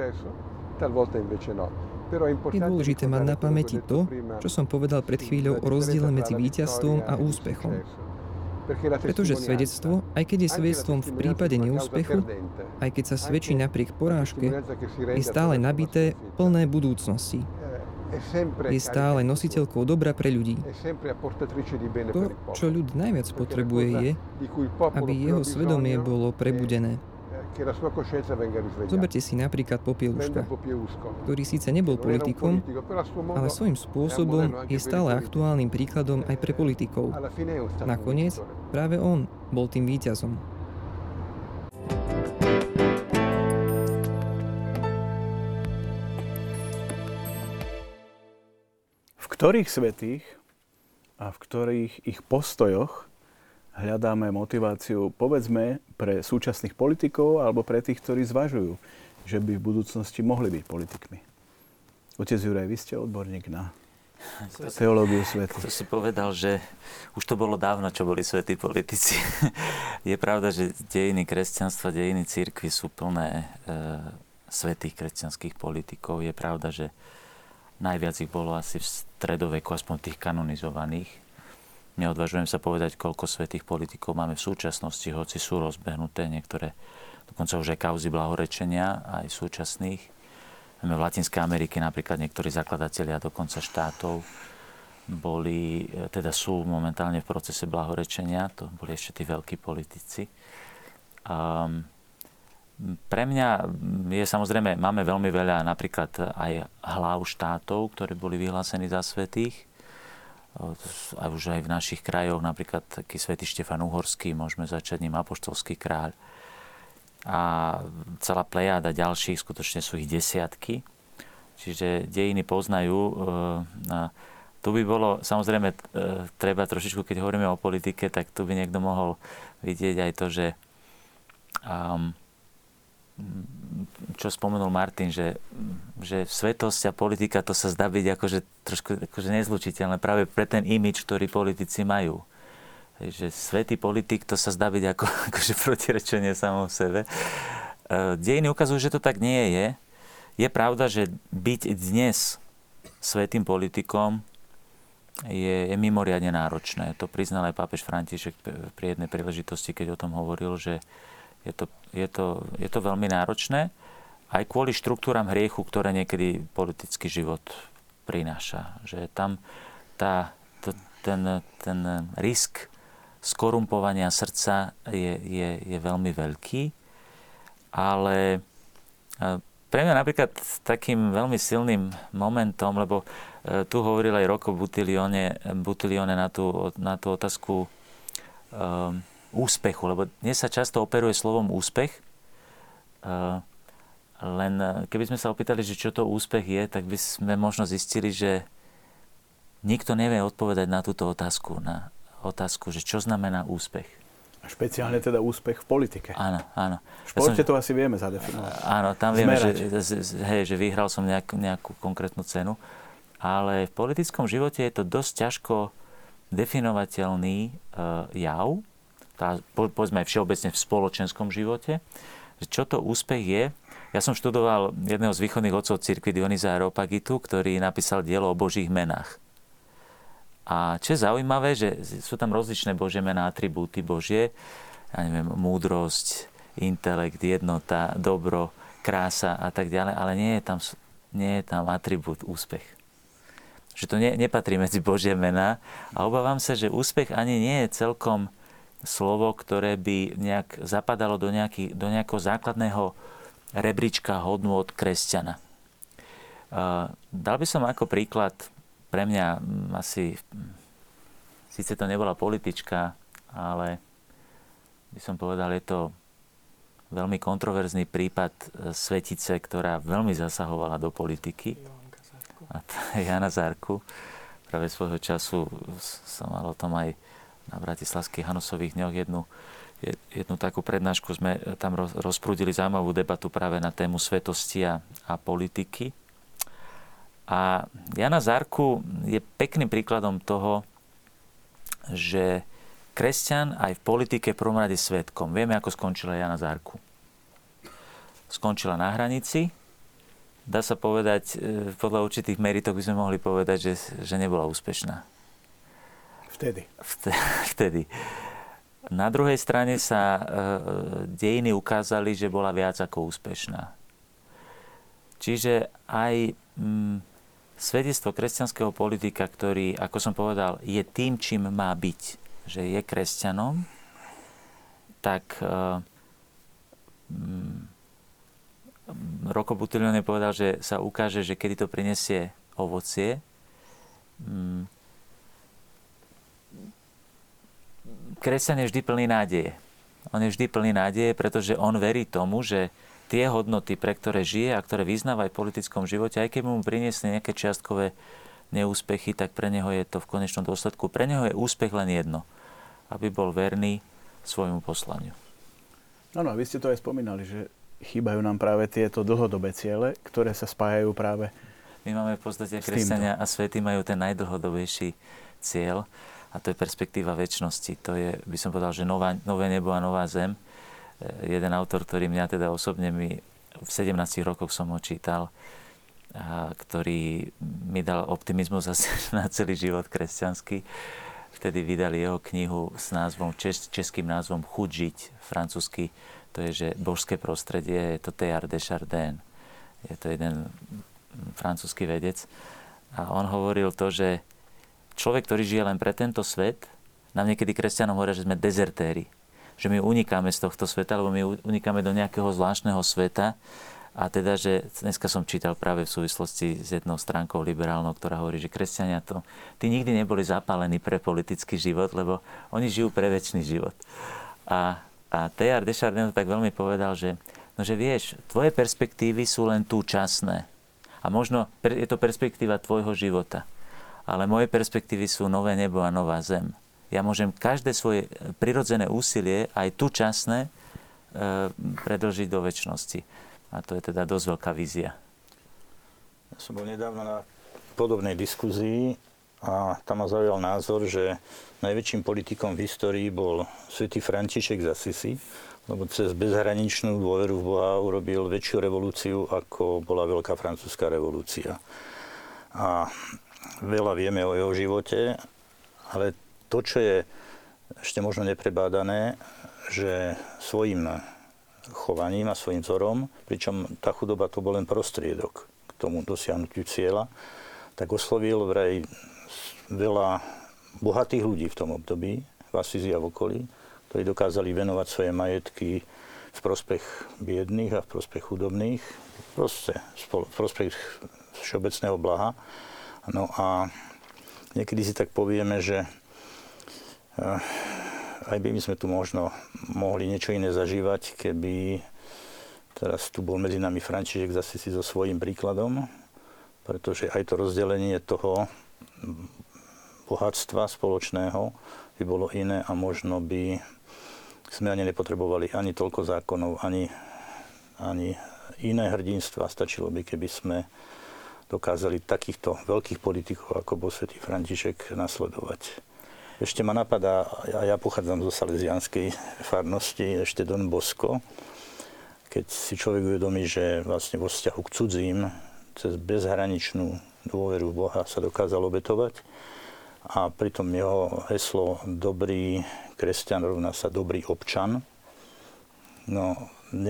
Je dôležité mať na pamäti to, čo som povedal pred chvíľou o rozdiele medzi víťazstvom a úspechom. Pretože svedectvo, aj keď je svedectvom v prípade neúspechu, aj keď sa svedčí napriek porážke, je stále nabité, plné budúcnosti. Je stále nositeľkou dobra pre ľudí. To, čo ľud najviac potrebuje, je, aby jeho svedomie bolo prebudené. Zoberte si napríklad Popieluška, ktorý síce nebol politikom, ale svojím spôsobom je stále aktuálnym príkladom aj pre politikov. Nakoniec práve on bol tým víťazom. V ktorých svätých a v ktorých ich postojoch hľadáme motiváciu, povedzme, pre súčasných politikov alebo pre tých, ktorí zvažujú, že by v budúcnosti mohli byť politikmi? Otec Juraj, vy ste odborník na teológiu svätých. To si povedal, že už to bolo dávno, čo boli svätí politici. Je pravda, že dejiny kresťanstva, dejiny cirkvi sú plné svätých kresťanských politikov. Je pravda, že najviac ich bolo asi v stredoveku, aspoň tých kanonizovaných. Neodvažujem sa povedať, koľko svätých politikov máme v súčasnosti, hoci sú rozbehnuté niektoré, dokonca už aj kauzy blahorečenia, aj súčasných. V Latinskej Amerike napríklad niektorí zakladatelia dokonca štátov sú momentálne v procese blahorečenia, to boli ešte tí veľkí politici. Pre mňa je samozrejme, máme veľmi veľa napríklad aj hlav štátov, ktorí boli vyhlásení za svätých. A už aj v našich krajoch, napríklad taký svätý Štefan Uhorský, môžeme začať ním apoštolský kráľ. A celá plejáda ďalších, skutočne sú ich desiatky. Čiže dejiny poznajú. Tu by bolo, samozrejme, treba trošičku, keď hovoríme o politike, tak tu by niekto mohol vidieť aj to, že čo spomenul Martin, že svetosť a politika, to sa zdá byť trošku nezlučiteľné práve pre ten imidž, ktorý politici majú. Že svätý politik, to sa zdá byť akože protirečenie samom sebe. Dejiny ukazujú, že to tak nie je. Je pravda, že byť dnes svätým politikom je mimoriadne náročné. To priznal aj pápež František pri jednej príležitosti, keď o tom hovoril, že je to veľmi náročné, aj kvôli štruktúram hriechu, ktoré niekedy politický život prináša. Že tam ten risk skorumpovania srdca je veľmi veľký, ale pre mňa napríklad takým veľmi silným momentom, lebo tu hovoril aj Rocco Buttiglione na tú otázku úspechu, lebo dnes sa často operuje slovom úspech, len keby sme sa opýtali, že čo to úspech je, tak by sme možno zistili, že nikto nevie odpovedať na túto otázku, že čo znamená úspech. A špeciálne teda úspech v politike. Áno. V športe to asi vieme zadefinovať. Áno, tam vieme, že vyhral som nejakú konkrétnu cenu, ale v politickom živote je to dosť ťažko definovateľný jav, povedzme aj všeobecne v spoločenskom živote, že čo to úspech je. Ja som študoval jedného z východných otcov cirkvi Dionyza Areopagitu, ktorý napísal dielo o Božích menách. A čo je zaujímavé, že sú tam rozličné Božie mená, atribúty Božie, ja neviem, múdrosť, intelekt, jednota, dobro, krása a tak ďalej, ale nie je tam atribút úspech. Že to nepatrí medzi Božie mená a obávam sa, že úspech ani nie je celkom slovo, ktoré by nejak zapadalo do nejakého základného rebríčka hodnôt kresťana. Dal by som ako príklad, pre mňa asi, síce to nebola politička, ale by som povedal, je to veľmi kontroverzný prípad svetice, ktorá veľmi zasahovala do politiky. A Jana Zárku. Práve svojho času som mal o tom aj na bratislavských Hanusových dňoch jednu takú prednášku. Sme tam rozprúdili zaujímavú debatu práve na tému svetosti a politiky. A Jana Zárku je pekným príkladom toho, že kresťan aj v politike v prvom rade svedkom. Vieme, ako skončila Jana Zárku. Skončila na hranici. Dá sa povedať, podľa určitých meritok by sme mohli povedať, že nebola úspešná. Vtedy. Na druhej strane sa dejiny ukázali, že bola viac ako úspešná. Čiže aj svedectvo kresťanského politika, ktorý, ako som povedal, je tým, čím má byť, že je kresťanom, tak Rocco Buttiglione povedal, že sa ukáže, že kedy to prinesie ovocie. Kresťan je vždy plný nádeje. On je vždy plný nádeje, pretože on verí tomu, že tie hodnoty, pre ktoré žije a ktoré vyznáva aj v politickom živote, aj keď mu priniesli nejaké čiastkové neúspechy, tak pre neho je to v konečnom dôsledku. Pre neho je úspech len jedno. Aby bol verný svojmu poslaniu. No, vy ste to aj spomínali, že chýbajú nám práve tieto dlhodobé ciele, ktoré sa spájajú práve My máme v podstate kresťania a svätí majú ten najdlhodobejší cieľ a to je perspektíva večnosti. To je, by som povedal, že nové nebo a nová zem. Jeden autor, ktorý mňa teda osobne v 17 rokoch som ho čítal, a ktorý mi dal optimizmus asi na celý život kresťanský. Vtedy vydali jeho knihu s názvom, českým názvom Chuť žiť, francúzsky. To je, že božské prostredie, je to Teilhard de Chardin. Je to jeden francúzsky vedec. A on hovoril to, že človek, ktorý žije len pre tento svet, nám niekedy kresťanom hovoria, že sme dezertéri. Že my unikáme z tohto sveta, alebo my unikáme do nejakého zvláštneho sveta. A teda, že dneska som čítal práve v súvislosti s jednou stránkou liberálnou, ktorá hovorí, že kresťania tí nikdy neboli zapálení pre politický život, lebo oni žijú pre večný život. A Teilhard de Chardin to tak veľmi povedal, že vieš, tvoje perspektívy sú len tu časné. A možno je to perspektíva tvojho života. Ale moje perspektívy sú nové nebo a nová zem. Ja môžem každé svoje prirodzené úsilie, aj tu časné, predĺžiť do večnosti. A to je teda dosť veľká vízia. Ja som bol nedávno na podobnej diskuzii a tam ma zaujal názor, že najväčším politikom v histórii bol svätý František z Assisi, lebo cez bezhraničnú dôveru v Boha urobil väčšiu revolúciu, ako bola Veľká francúzska revolúcia. A veľa vieme o jeho živote, ale to, čo je ešte možno neprebádané, že svojím chovaním a svojím vzorom, pričom tá chudoba to bol len prostriedok k tomu dosiahnutiu cieľa, tak oslovil vraj veľa bohatých ľudí v tom období, v Assisi a v okolí, ktorí dokázali venovať svoje majetky v prospech biedných a v prospech chudobných, proste v prospech všeobecného blaha. No a niekedy si tak povieme, že aj by sme tu možno mohli niečo iné zažívať, keby teraz tu bol medzi nami František zase si so svojím príkladom, pretože aj to rozdelenie toho bohatstva spoločného by bolo iné a možno by sme ani nepotrebovali ani toľko zákonov, ani iné hrdinstva. Stačilo by, keby sme dokázali takýchto veľkých politikov, ako bol svätý František, nasledovať. Ešte ma napadá, ja pochádzam zo salesianskej farnosti, ešte Don Bosco, keď si človek uvedomí, že vlastne vo vzťahu k cudzím cez bezhraničnú dôveru v Boha sa dokázal obetovať a pritom jeho heslo dobrý kresťan rovná sa dobrý občan. No,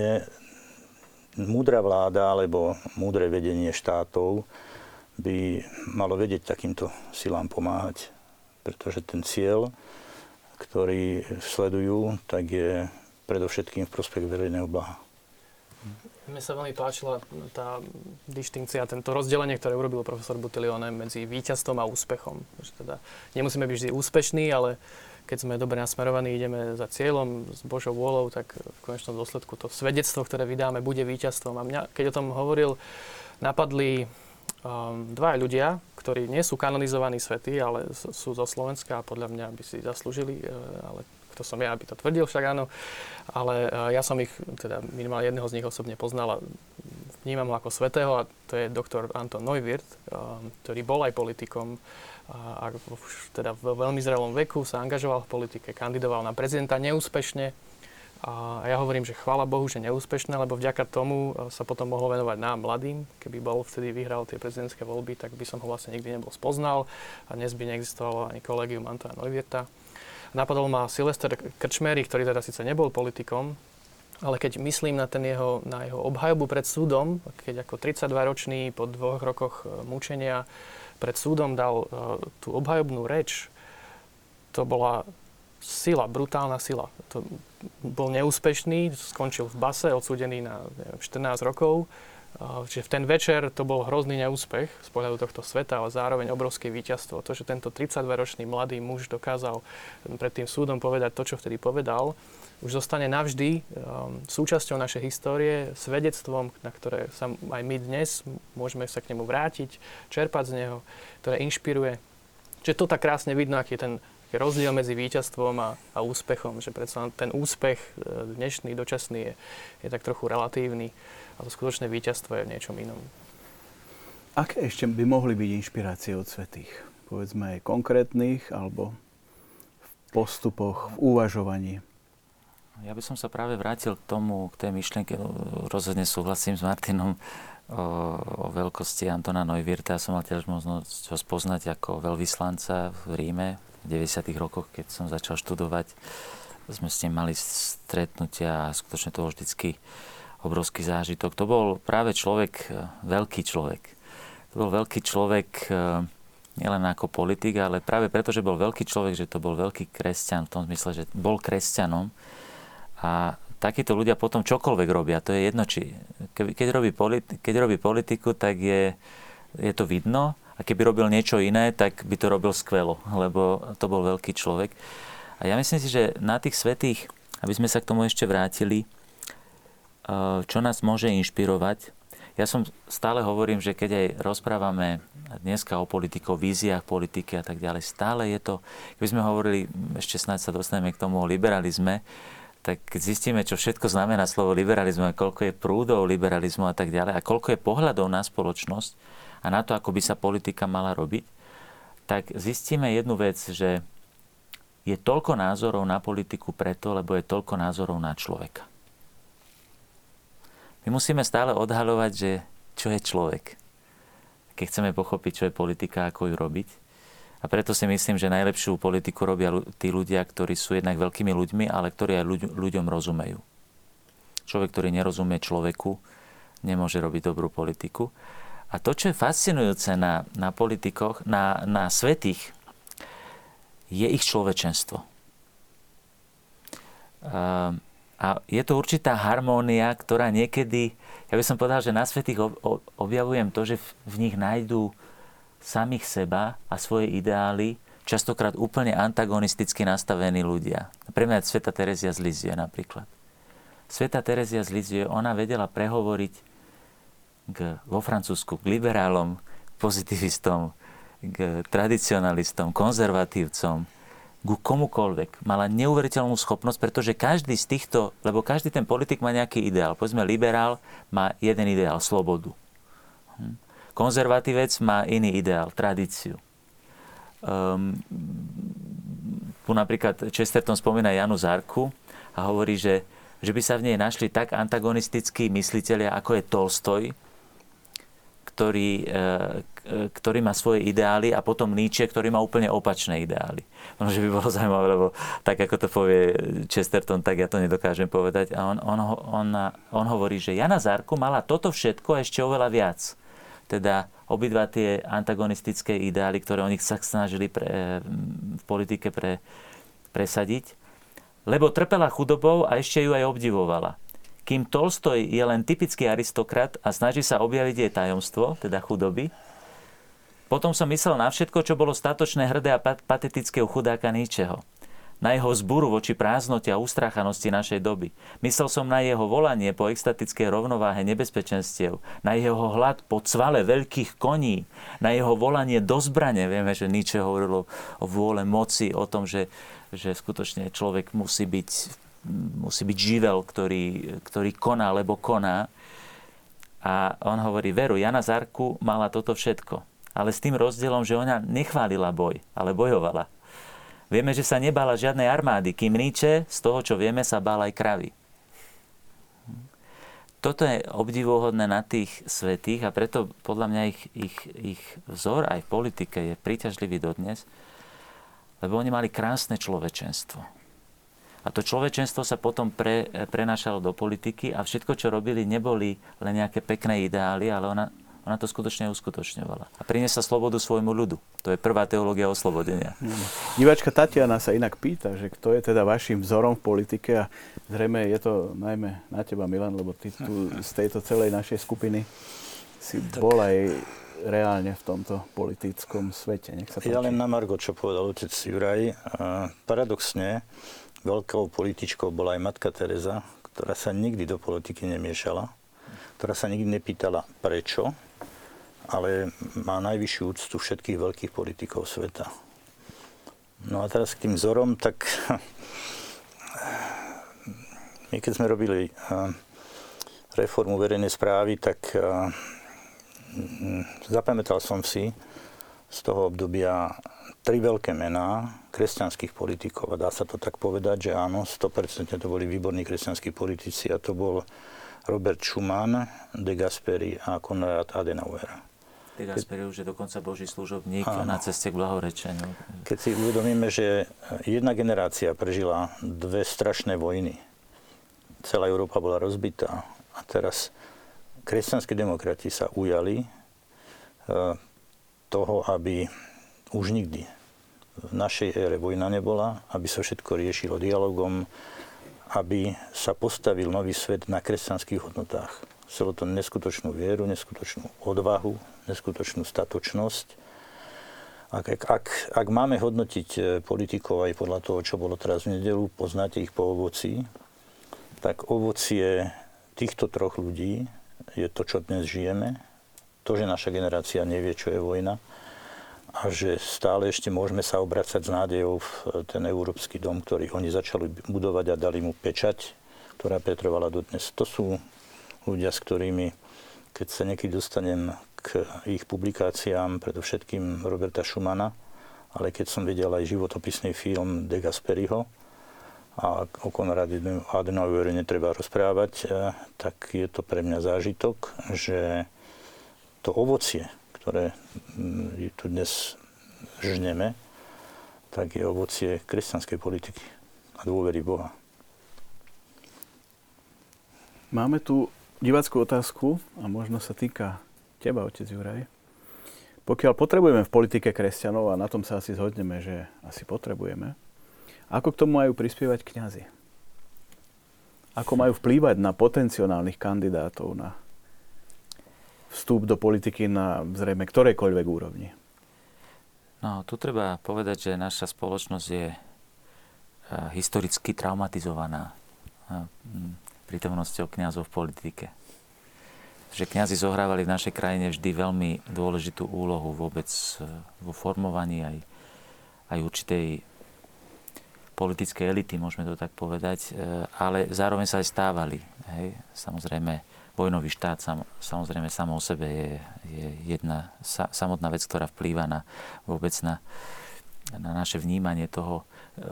múdra vláda alebo múdre vedenie štátov by malo vedieť takýmto silám pomáhať, pretože ten cieľ, ktorý sledujú, tak je predovšetkým v prospech verejného blaha. Mne sa veľmi páčila tá dištinkcia, tento rozdelenie, ktoré urobil profesor Buttiglione medzi víťazstvom a úspechom. Že teda nemusíme byť vždy úspešní, ale keď sme dobre nasmerovaní, ideme za cieľom, s Božou vôľou, tak v konečnom dôsledku to svedectvo, ktoré vydáme, bude víťazstvom. A mňa, keď o tom hovoril, napadli dvaja ľudia, ktorí nie sú kanonizovaní svätí, ale sú zo Slovenska a podľa mňa by si zaslúžili, ale kto som ja, aby to tvrdil, však áno. Ale ja som ich, teda minimálne jedného z nich osobne poznal a v vnímam ho ako svätého, a to je doktor Anton Neuwirth, ktorý bol aj politikom a už teda v veľmi zrelom veku sa angažoval v politike, kandidoval na prezidenta neúspešne. A ja hovorím, že chvála Bohu, že neúspešné, lebo vďaka tomu sa potom mohol venovať nám, mladým. Keby bol vtedy vyhral tie prezidentské voľby, tak by som ho vlastne nikdy nebol spoznal a dnes by neexistovalo ani kolegium Antona Neuwirtha. Napadol ma Silvester Krčméry, ktorý teda síce nebol politikom, ale keď myslím na jeho obhajobu pred súdom, keď ako 32-ročný po 2 rokoch mučenia pred súdom dal tú obhajobnú reč, to bola sila, brutálna sila. To bol neúspešný, skončil v base, odsúdený na 14 rokov. Čiže v ten večer to bol hrozný neúspech z pohľadu tohto sveta, ale zároveň obrovské víťazstvo. To, že tento 32-ročný mladý muž dokázal pred tým súdom povedať to, čo vtedy povedal, už zostane navždy súčasťou našej histórie, svedectvom, na ktoré sa aj my dnes môžeme sa k nemu vrátiť, čerpať z neho, ktoré inšpiruje. Čiže to tak krásne vidno, aký je ten rozdiel medzi víťazstvom a úspechom, že predsa ten úspech dnešný, dočasný je tak trochu relatívny a to skutočné víťazstvo je v niečom inom. Aké ešte by mohli byť inšpirácie od svätých? Povedzme aj konkrétnych alebo v postupoch, v uvažovaní? Ja by som sa práve vrátil k tej myšlienke, rozhodne súhlasím s Martinom o veľkosti Antona Neuwirtha. Ja som mal tiež možnosť ho spoznať ako veľvyslanca v Ríme v 90. rokoch, keď som začal študovať. Sme s ním mali stretnutia a skutočne to bol vždycky obrovský zážitok. To bol práve veľký človek. To bol veľký človek nielen ako politik, ale práve preto, že bol veľký človek, že to bol veľký kresťan v tom zmysle, že bol kresťanom. A takíto ľudia potom čokoľvek robia. To je jedno, či keď robí politiku, tak je to vidno. A keby robil niečo iné, tak by to robil skvelo, lebo to bol veľký človek. A ja myslím si, že na tých svätých, aby sme sa k tomu ešte vrátili, čo nás môže inšpirovať. Ja stále hovorím, že keď aj rozprávame dneska o politike, o víziách politiky a tak ďalej, stále je to, keby sme hovorili, ešte snáď sa dostaneme k tomu o liberalizme, tak keď zistíme, čo všetko znamená slovo liberalizmu a koľko je prúdov liberalizmu a tak ďalej a koľko je pohľadov na spoločnosť a na to, ako by sa politika mala robiť, tak zistíme jednu vec, že je toľko názorov na politiku preto, lebo je toľko názorov na človeka. My musíme stále odhaľovať, že čo je človek. Keď chceme pochopiť, čo je politika, ako ju robiť. A preto si myslím, že najlepšiu politiku robia tí ľudia, ktorí sú jednak veľkými ľuďmi, ale ktorí aj ľuďom rozumejú. Človek, ktorý nerozumie človeku, nemôže robiť dobrú politiku. A to, čo je fascinujúce na politikoch, na svätých, je ich človečenstvo. A je to určitá harmónia, ktorá niekedy, ja by som povedal, že na svätých objavujem to, že v nich nájdú samých seba a svoje ideály, častokrát úplne antagonisticky nastavení ľudia. Pre mňa je Svätá Terezia z Lisieux napríklad. Svätá Terezia z Lisieux, ona vedela prehovoriť vo Francúzsku k liberálom, pozitivistom, k tradicionalistom, konzervatívcom, ku komukoľvek. Mala neuveriteľnú schopnosť, pretože každý z týchto, lebo každý ten politik má nejaký ideál. Povedzme, liberál má jeden ideál, slobodu. Konzervatívec má iný ideál, tradíciu. Tu napríklad Chesterton spomína Janu Zárku a hovorí, že by sa v nej našli tak antagonistickí myslitelia, ako je Tolstoj, ktorý má svoje ideály, a potom Nietzsche, ktorý má úplne opačné ideály. Možno, že by bolo zaujímavé, lebo tak, ako to povie Chesterton, tak ja to nedokážem povedať. A on hovorí, že Jana Zárku mala toto všetko a ešte oveľa viac. Teda obidva tie antagonistické ideály, ktoré oni sa snažili v politike presadiť, lebo trpela chudobou a ešte ju aj obdivovala. Kým Tolstoj je len typický aristokrat a snaží sa objaviť jej tajomstvo, teda chudoby, potom som myslel na všetko, čo bolo statočné, hrdé a patetické u chudáka Nietzscheho. Na jeho zburu voči prázdnote a ustráchanosti našej doby. Myslel som na jeho volanie po extatickej rovnováhe nebezpečenstiev, na jeho hlad po cvale veľkých koní, na jeho volanie do zbrane. Vieme, že Nietzsche hovoril o vôle moci, o tom, že skutočne človek musí byť živel, ktorý koná, lebo koná. A on hovorí, veru, Jana z Arku mala toto všetko. Ale s tým rozdielom, že ona nechválila boj, ale bojovala. Vieme, že sa nebála žiadnej armády, kým Nietzsche, z toho, čo vieme, sa bál aj kravy. Toto je obdivuhodné na tých svätých a preto podľa mňa ich vzor aj v politike je príťažlivý dodnes, lebo oni mali krásne človečenstvo. A to človečenstvo sa potom prenášalo do politiky a všetko, čo robili, neboli len nejaké pekné ideály, ale ona to skutočne uskutočňovala. A priniesla slobodu svojmu ľudu. To je prvá teológia oslobodenia. Diváčka Tatiana sa inak pýta, že kto je teda vašim vzorom v politike a zrejme je to najmä na teba, Milan, lebo ty tu z tejto celej našej skupiny si bol aj reálne v tomto politickom svete. Nech sa páči. Ja len na margo, čo povedal otec Juraj. Paradoxne, veľkou političkou bola aj matka Teresa, ktorá sa nikdy do politiky nemiešala, ktorá sa nikdy nepýtala prečo, ale má najvyššiu úctu všetkých veľkých politikov sveta. No a teraz k tým vzorom, tak my keď sme robili reformu verejnej správy, tak zapamätal som si z toho obdobia 3 veľké mená kresťanských politikov. A dá sa to tak povedať, že áno, 100% to boli výborní kresťanskí politici a to bol Robert Schuman, De Gasperi a Konrad Adenauer. De Gasperi už je dokonca Boží služobník na ceste k blahorečeniu. Keď si uvedomíme, že jedna generácia prežila 2 strašné vojny, celá Európa bola rozbitá a teraz kresťanskí demokrati sa ujali toho, aby už nikdy v našej ére vojna nebola, aby sa všetko riešilo dialogom, aby sa postavil nový svet na kresťanských hodnotách. Chcelo to neskutočnú vieru, neskutočnú odvahu, neskutočnú statočnosť. Ak máme hodnotiť politikov aj podľa toho, čo bolo teraz v nedeľu, poznáte ich po ovoci, tak ovocie týchto 3 ľudí je to, čo dnes žijeme. To, že naša generácia nevie, čo je vojna a že stále ešte môžeme sa obracať s nádejou v ten európsky dom, ktorý oni začali budovať a dali mu pečať, ktorá pretrvala dodnes. To sú ľudia, s ktorými, keď sa niekedy dostanem k ich publikáciám, predovšetkým Roberta Schumana, ale keď som videl aj životopisný film De Gasperiho a o Konrade Adenauerovi netreba rozprávať, tak je to pre mňa zážitok, že to ovocie, ktoré tu dnes žneme, tak je ovocie kresťanskej politiky a dôvery Boha. Máme tu divácku otázku a možno sa týka teba, otec Juraj. Pokiaľ potrebujeme v politike kresťanov, a na tom sa asi zhodneme, že asi potrebujeme, ako k tomu majú prispievať kňazi? Ako majú vplývať na potenciálnych kandidátov na vstup do politiky na zrejme ktorejkoľvek úrovni? No, tu treba povedať, že naša spoločnosť je historicky traumatizovaná prítomnosťou kňazov v politike. Že kňazi zohrávali v našej krajine vždy veľmi dôležitú úlohu vôbec vo formovaní aj určitej politickej elity, môžeme to tak povedať, ale zároveň sa aj stávali. Hej. Samozrejme, vojnový štát samozrejme samo o sebe je jedna samotná vec, ktorá vplýva vôbec na naše vnímanie toho,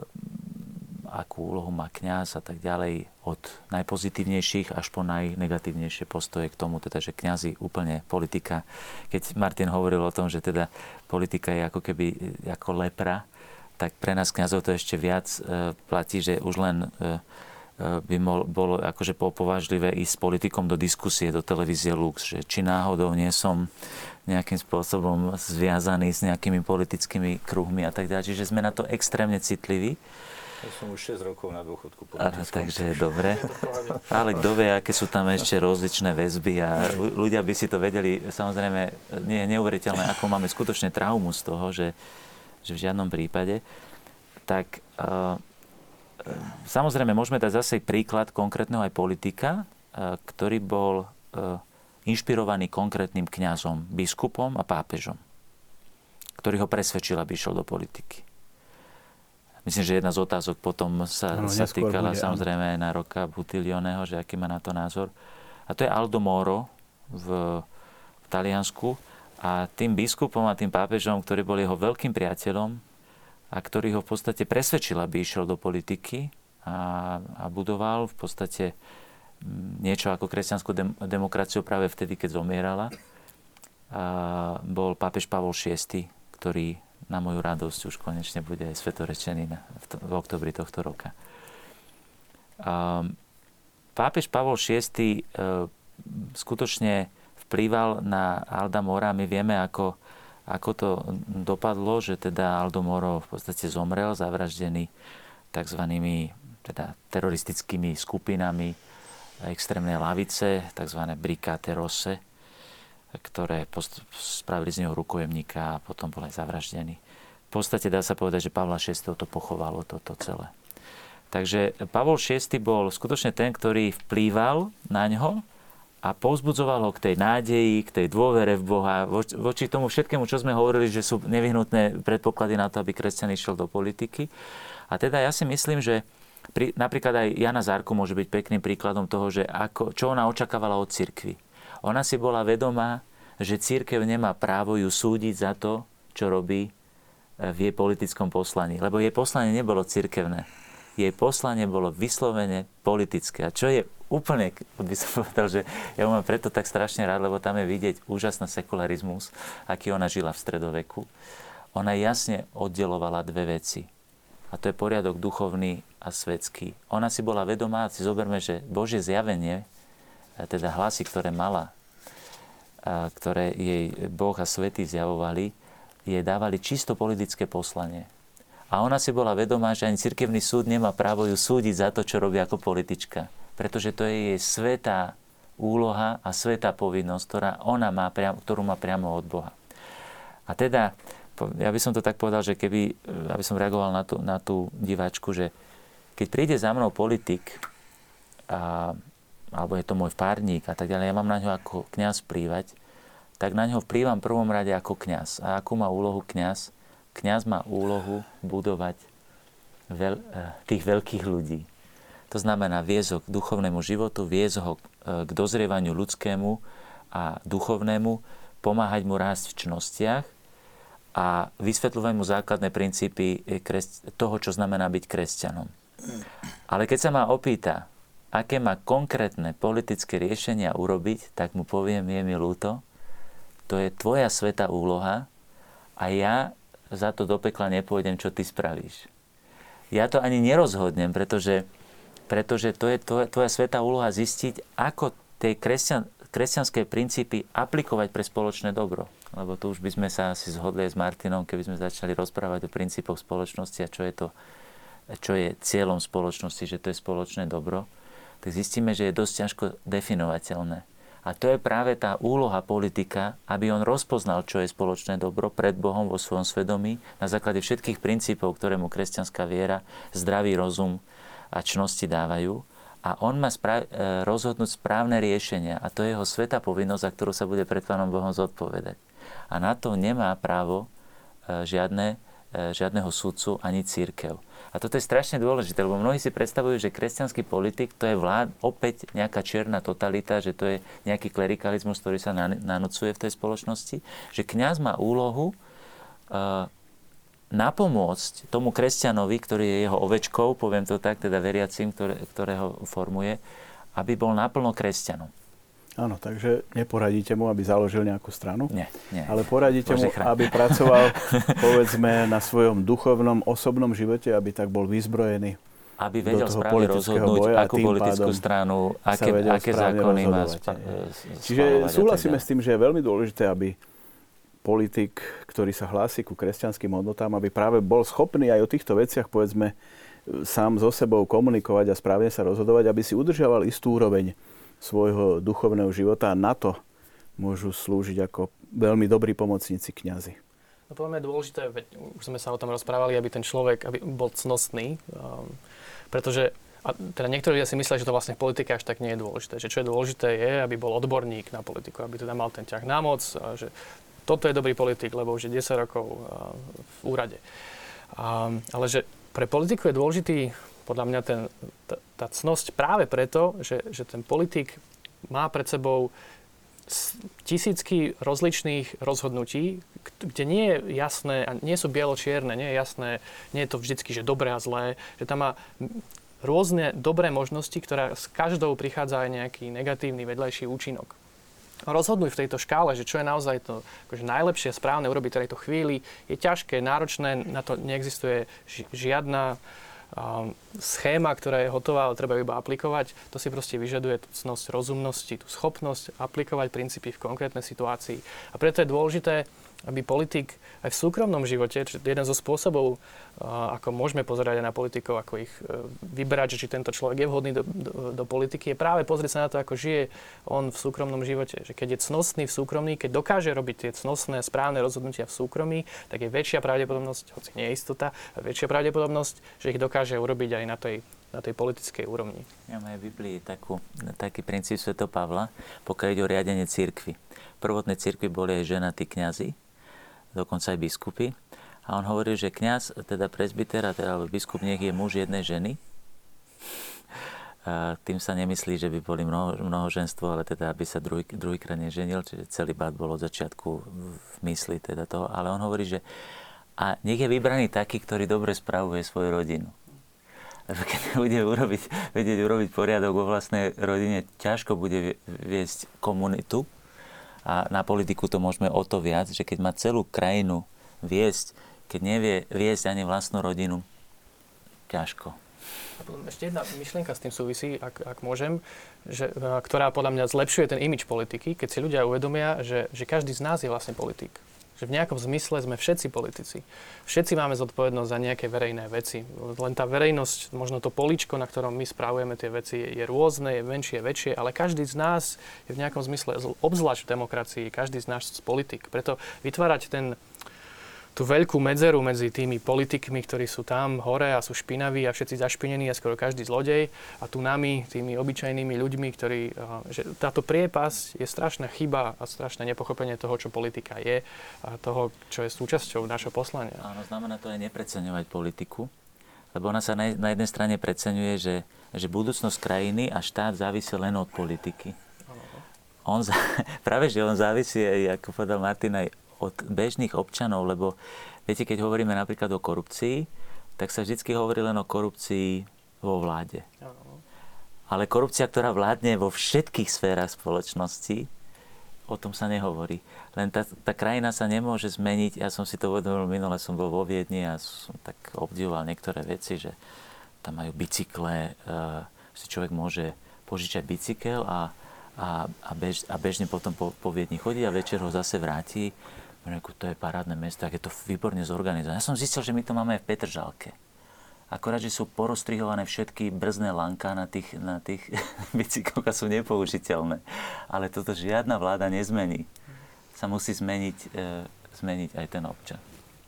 akú úlohu má kňaz a tak ďalej, od najpozitívnejších až po najnegatívnejšie postoje k tomu, teda, že kňazi úplne politika. Keď Martin hovoril o tom, že teda politika je ako keby ako lepra, tak pre nás kňazov to ešte viac platí, že už len by bolo akože považlivé ísť s politikom do diskusie, do televízie Lux, že či náhodou nie som nejakým spôsobom zviazaný s nejakými politickými kruhmi a tak ďalej. Čiže sme na to extrémne citliví. Ja som už 6 rokov na dôchodku politickom. Takže dobre. Ale kto vie, aké sú tam ešte rozličné väzby a ľudia by si to vedeli, samozrejme, nie je neuveriteľné, ako máme skutočne traumu z toho, že v žiadnom prípade. Tak samozrejme, môžeme dať zase príklad konkrétneho aj politika, ktorý bol inšpirovaný konkrétnym kňazom, biskupom a pápežom, ktorý ho presvedčil, aby išiel do politiky. Myslím, že jedna z otázok potom sa týkala samozrejme aj na Roka Butilioneho, že aký má na to názor. A to je Aldo Moro, v Taliansku a tým biskupom a tým pápežom, ktorý bol jeho veľkým priateľom a ktorý ho v podstate presvedčil, aby išiel do politiky a budoval v podstate niečo ako kresťanskú demokraciu práve vtedy, keď zomierala, bol pápež Pavol VI, ktorý na moju radosť už konečne bude svetorečený v októbri tohto roka. Pápež Pavol VI skutočne vplýval na Alda Mora. My vieme, ako to dopadlo, že teda Aldo Moro v podstate zomrel, zavraždený tzv. Teda teroristickými skupinami extrémnej lavice, tzv. Brigate Rosse, ktoré spravili z neho rukojemníka a potom bol aj zavraždený. V podstate dá sa povedať, že Pavla VI to pochovalo toto celé. Takže Pavol VI bol skutočne ten, ktorý vplýval na ňo a povzbudzoval ho k tej nádeji, k tej dôvere v Boha, voči tomu všetkému, čo sme hovorili, že sú nevyhnutné predpoklady na to, aby kresťan išiel do politiky. A teda ja si myslím, že napríklad aj Jana Zárku môže byť pekným príkladom toho, že čo ona očakávala od cirkvi. Ona si bola vedomá, že cirkev nemá právo ju súdiť za to, čo robí v jej politickom poslaní. Lebo jej poslanie nebolo cirkevné. Jej poslanie bolo vyslovene politické. A čo je úplne, by som povedal, že ja ho mám preto tak strašne rád, lebo tam je vidieť úžasný sekularizmus, aký ona žila v stredoveku. Ona jasne oddelovala dve veci. A to je poriadok duchovný a svetský. Ona si bola vedomá, si zoberme, že Božie zjavenie, teda hlasy, ktoré mala, ktoré jej Boh a svätí zjavovali, jej dávali čisto politické poslanie. A ona si bola vedomá, že ani cirkevný súd nemá právo ju súdiť za to, čo robí ako politička. Pretože to je jej svätá úloha a svätá povinnosť, ktorú má priamo od Boha. A teda, ja by som to tak povedal, že aby som reagoval na tú diváčku, že keď príde za mnou politik, alebo je to môj párník a tak ďalej, ja mám na ňo ako kňaz vplývať, tak na ňo vplývam v prvom rade ako kňaz. A akú má úlohu kňaz? Kňaz má úlohu budovať tých veľkých ľudí. To znamená viesť ho k duchovnému životu, viesť ho k dozrievaniu ľudskému a duchovnému, pomáhať mu rásť v čnostiach a vysvetľovať mu základné princípy toho, čo znamená byť kresťanom. Ale keď sa ma opýta, aké má konkrétne politické riešenia urobiť, tak mu poviem, je mi ľúto, to je tvoja svätá úloha a ja za to do pekla nepôjdem, čo ty spravíš. Ja to ani nerozhodnem, pretože to je tvoja svätá úloha zistiť, ako tie kresťanské princípy aplikovať pre spoločné dobro. Lebo tu už by sme sa asi zhodli s Martinom, keby sme začali rozprávať o princípoch spoločnosti a čo je cieľom spoločnosti, že to je spoločné dobro, tak zistíme, že je dosť ťažko definovateľné. A to je práve tá úloha politika, aby on rozpoznal, čo je spoločné dobro pred Bohom vo svojom svedomí na základe všetkých princípov, ktoré mu kresťanská viera, zdravý rozum a čnosti dávajú. A on má rozhodnúť správne riešenia. A to je jeho svätá povinnosť, za ktorú sa bude pred Pánom Bohom zodpovedať. A na to nemá právo žiadneho sudcu ani cirkev. A toto je strašne dôležité, lebo mnohí si predstavujú, že kresťanský politik to je opäť nejaká čierna totalita, že to je nejaký klerikalizmus, ktorý sa nanúcuje v tej spoločnosti, že kňaz má úlohu napomôcť tomu kresťanovi, ktorý je jeho ovečkou, poviem to tak, teda veriacim, ktorého formuje, aby bol naplno kresťanom. Áno, takže neporadíte mu, aby založil nejakú stranu? Nie. Ale poradíte mu, aby pracoval, povedzme, na svojom duchovnom, osobnom živote, aby tak bol vyzbrojený. Aby vedel správne rozhodnúť, akú politickú stranu, aké zákony má Čiže súhlasíme s tým, že je veľmi dôležité, aby politik, ktorý sa hlási ku kresťanským hodnotám, aby práve bol schopný aj o týchto veciach, povedzme, sám so sebou komunikovať a správne sa rozhodovať, aby si udržiaval istú úroveň svojho duchovného života a na to môžu slúžiť ako veľmi dobrí pomocníci kňazi. No podľa mňa je dôležité, veď už sme sa o tom rozprávali, aby ten človek bol cnostný, pretože a teda niektorí ľudia si myslia, že to vlastne v politike až tak nie je dôležité. Že čo je dôležité je, aby bol odborník na politiku, aby teda mal ten ťah na moc, a že toto je dobrý politik, lebo už je 10 rokov v úrade. Ale že pre politiku je dôležitý podľa mňa tá cnosť práve preto, že ten politik má pred sebou tisícky rozličných rozhodnutí, kde nie je jasné, a nie sú bielo-čierne, nie je jasné, nie je to vždycky, že dobré a zlé, že tam má rôzne dobré možnosti, ktorá s každou prichádza aj nejaký negatívny vedľajší účinok. Rozhodnúť v tejto škále, že čo je naozaj to akože najlepšie a správne urobiť v tejto chvíli, je ťažké, náročné, na to neexistuje žiadna schéma, ktorá je hotová, ale treba ju iba aplikovať. To si proste vyžaduje tú cnosť rozumnosti, tú schopnosť aplikovať princípy v konkrétnej situácii. A preto je dôležité, aby politik aj v súkromnom živote, jeden zo spôsobov, ako môžeme pozerať aj na politikov, ako ich vyberať, že či tento človek je vhodný do politiky, je práve pozrieť sa na to, ako žije on v súkromnom živote. Že keď je cnostný v súkromný, keď dokáže robiť tie cnostné, správne rozhodnutia v súkromí, tak je väčšia pravdepodobnosť, hoci nie je istota, väčšia pravdepodobnosť, že ich dokáže urobiť aj na tej politickej úrovni. Ja mám aj v Biblii taký princíp svätého Pavla, pokiaľ ide o riadenie cirkvi. V prvotnej cirkvi boli aj ženatí kňazi, dokonca aj biskupy. A on hovoril, že kňaz, teda presbyter, alebo biskup nech je muž jednej ženy. A tým sa nemyslí, že by boli mnohoženstvo, ale teda, aby sa druhýkrát neženil, čiže celý bát bol od začiatku v mysli teda toho. Ale on hovorí, že a nech je vybraný taký, ktorý dobre spravuje svoju rodinu. Lebo keď bude vedieť urobiť poriadok vo vlastnej rodine, ťažko bude viesť komunitu. A na politiku to môžeme o to viac, že keď má celú krajinu viesť, keď nevie viesť ani vlastnú rodinu, ťažko. Ešte jedna myšlienka s tým súvisí, ak môžem, ktorá podľa mňa zlepšuje ten imidž politiky, keď si ľudia uvedomia, že každý z nás je vlastne politik. Že v nejakom zmysle sme všetci politici. Všetci máme zodpovednosť za nejaké verejné veci. Len tá verejnosť, možno to políčko, na ktorom my správujeme tie veci, je rôzne, je menšie, väčšie, ale každý z nás je v nejakom zmysle, obzvlášť v demokracii, každý z nás politik. Preto vytvárať tú veľkú medzeru medzi tými politikmi, ktorí sú tam hore a sú špinaví a všetci zašpinení a skoro každý zlodej a tu nami, tými obyčajnými ľuďmi, ktorí, že táto priepasť je strašná chyba a strašné nepochopenie toho, čo politika je a toho, čo je súčasťou našho poslania. Áno, znamená to aj nepreceňovať politiku, lebo ona sa na jednej strane preceňuje, že budúcnosť krajiny a štát závisí len od politiky. Práve, že on závisí aj, ako povedal Martin, aj od bežných občanov, lebo viete, keď hovoríme napríklad o korupcii, tak sa vždy hovorí len o korupcii vo vláde. Ale korupcia, ktorá vládne vo všetkých sférach spoločnosti, o tom sa nehovorí. Len tá krajina sa nemôže zmeniť. Ja som si to uvedomil, minule som bol vo Viedni a som tak obdivoval niektoré veci, že tam majú bicykle, si človek môže požičať bicykel a bežne potom po Viedni chodí a večer ho zase vráti. To je parádne mesto, ak je to výborne zorganizované. Ja som zistil, že my to máme aj v Petržalke. Akorát, že sú porozstrihované všetky brzdné lanká na tých bicykloch a sú nepoužiteľné. Ale toto žiadna vláda nezmení. Sa musí zmeniť aj ten občan.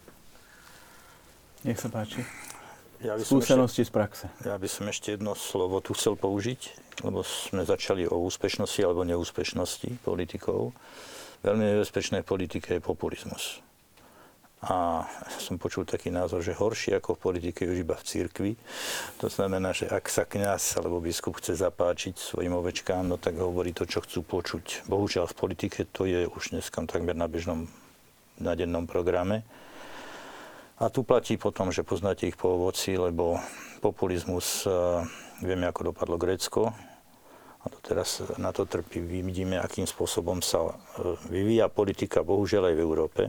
Nech sa páči. Skúsenosti z praxe. Ja by som ešte jedno slovo tu chcel použiť, lebo sme začali o úspešnosti alebo neúspešnosti politikov. Veľmi nebezpečné v politike je populizmus. A som počul taký názor, že horšie ako v politike je už iba v cirkvi. To znamená, že ak sa kňaz alebo biskup chce zapáčiť svojim ovečkám, no tak hovorí to, čo chcú počuť. Bohužiaľ v politike to je už dneska takmer na dennom programe. A tu platí potom, že poznáte ich po ovoci, lebo populizmus, vieme, ako dopadlo Grécko. A to teraz na to trpí. Vidíme, akým spôsobom sa vyvíja politika, bohužiaľ aj v Európe.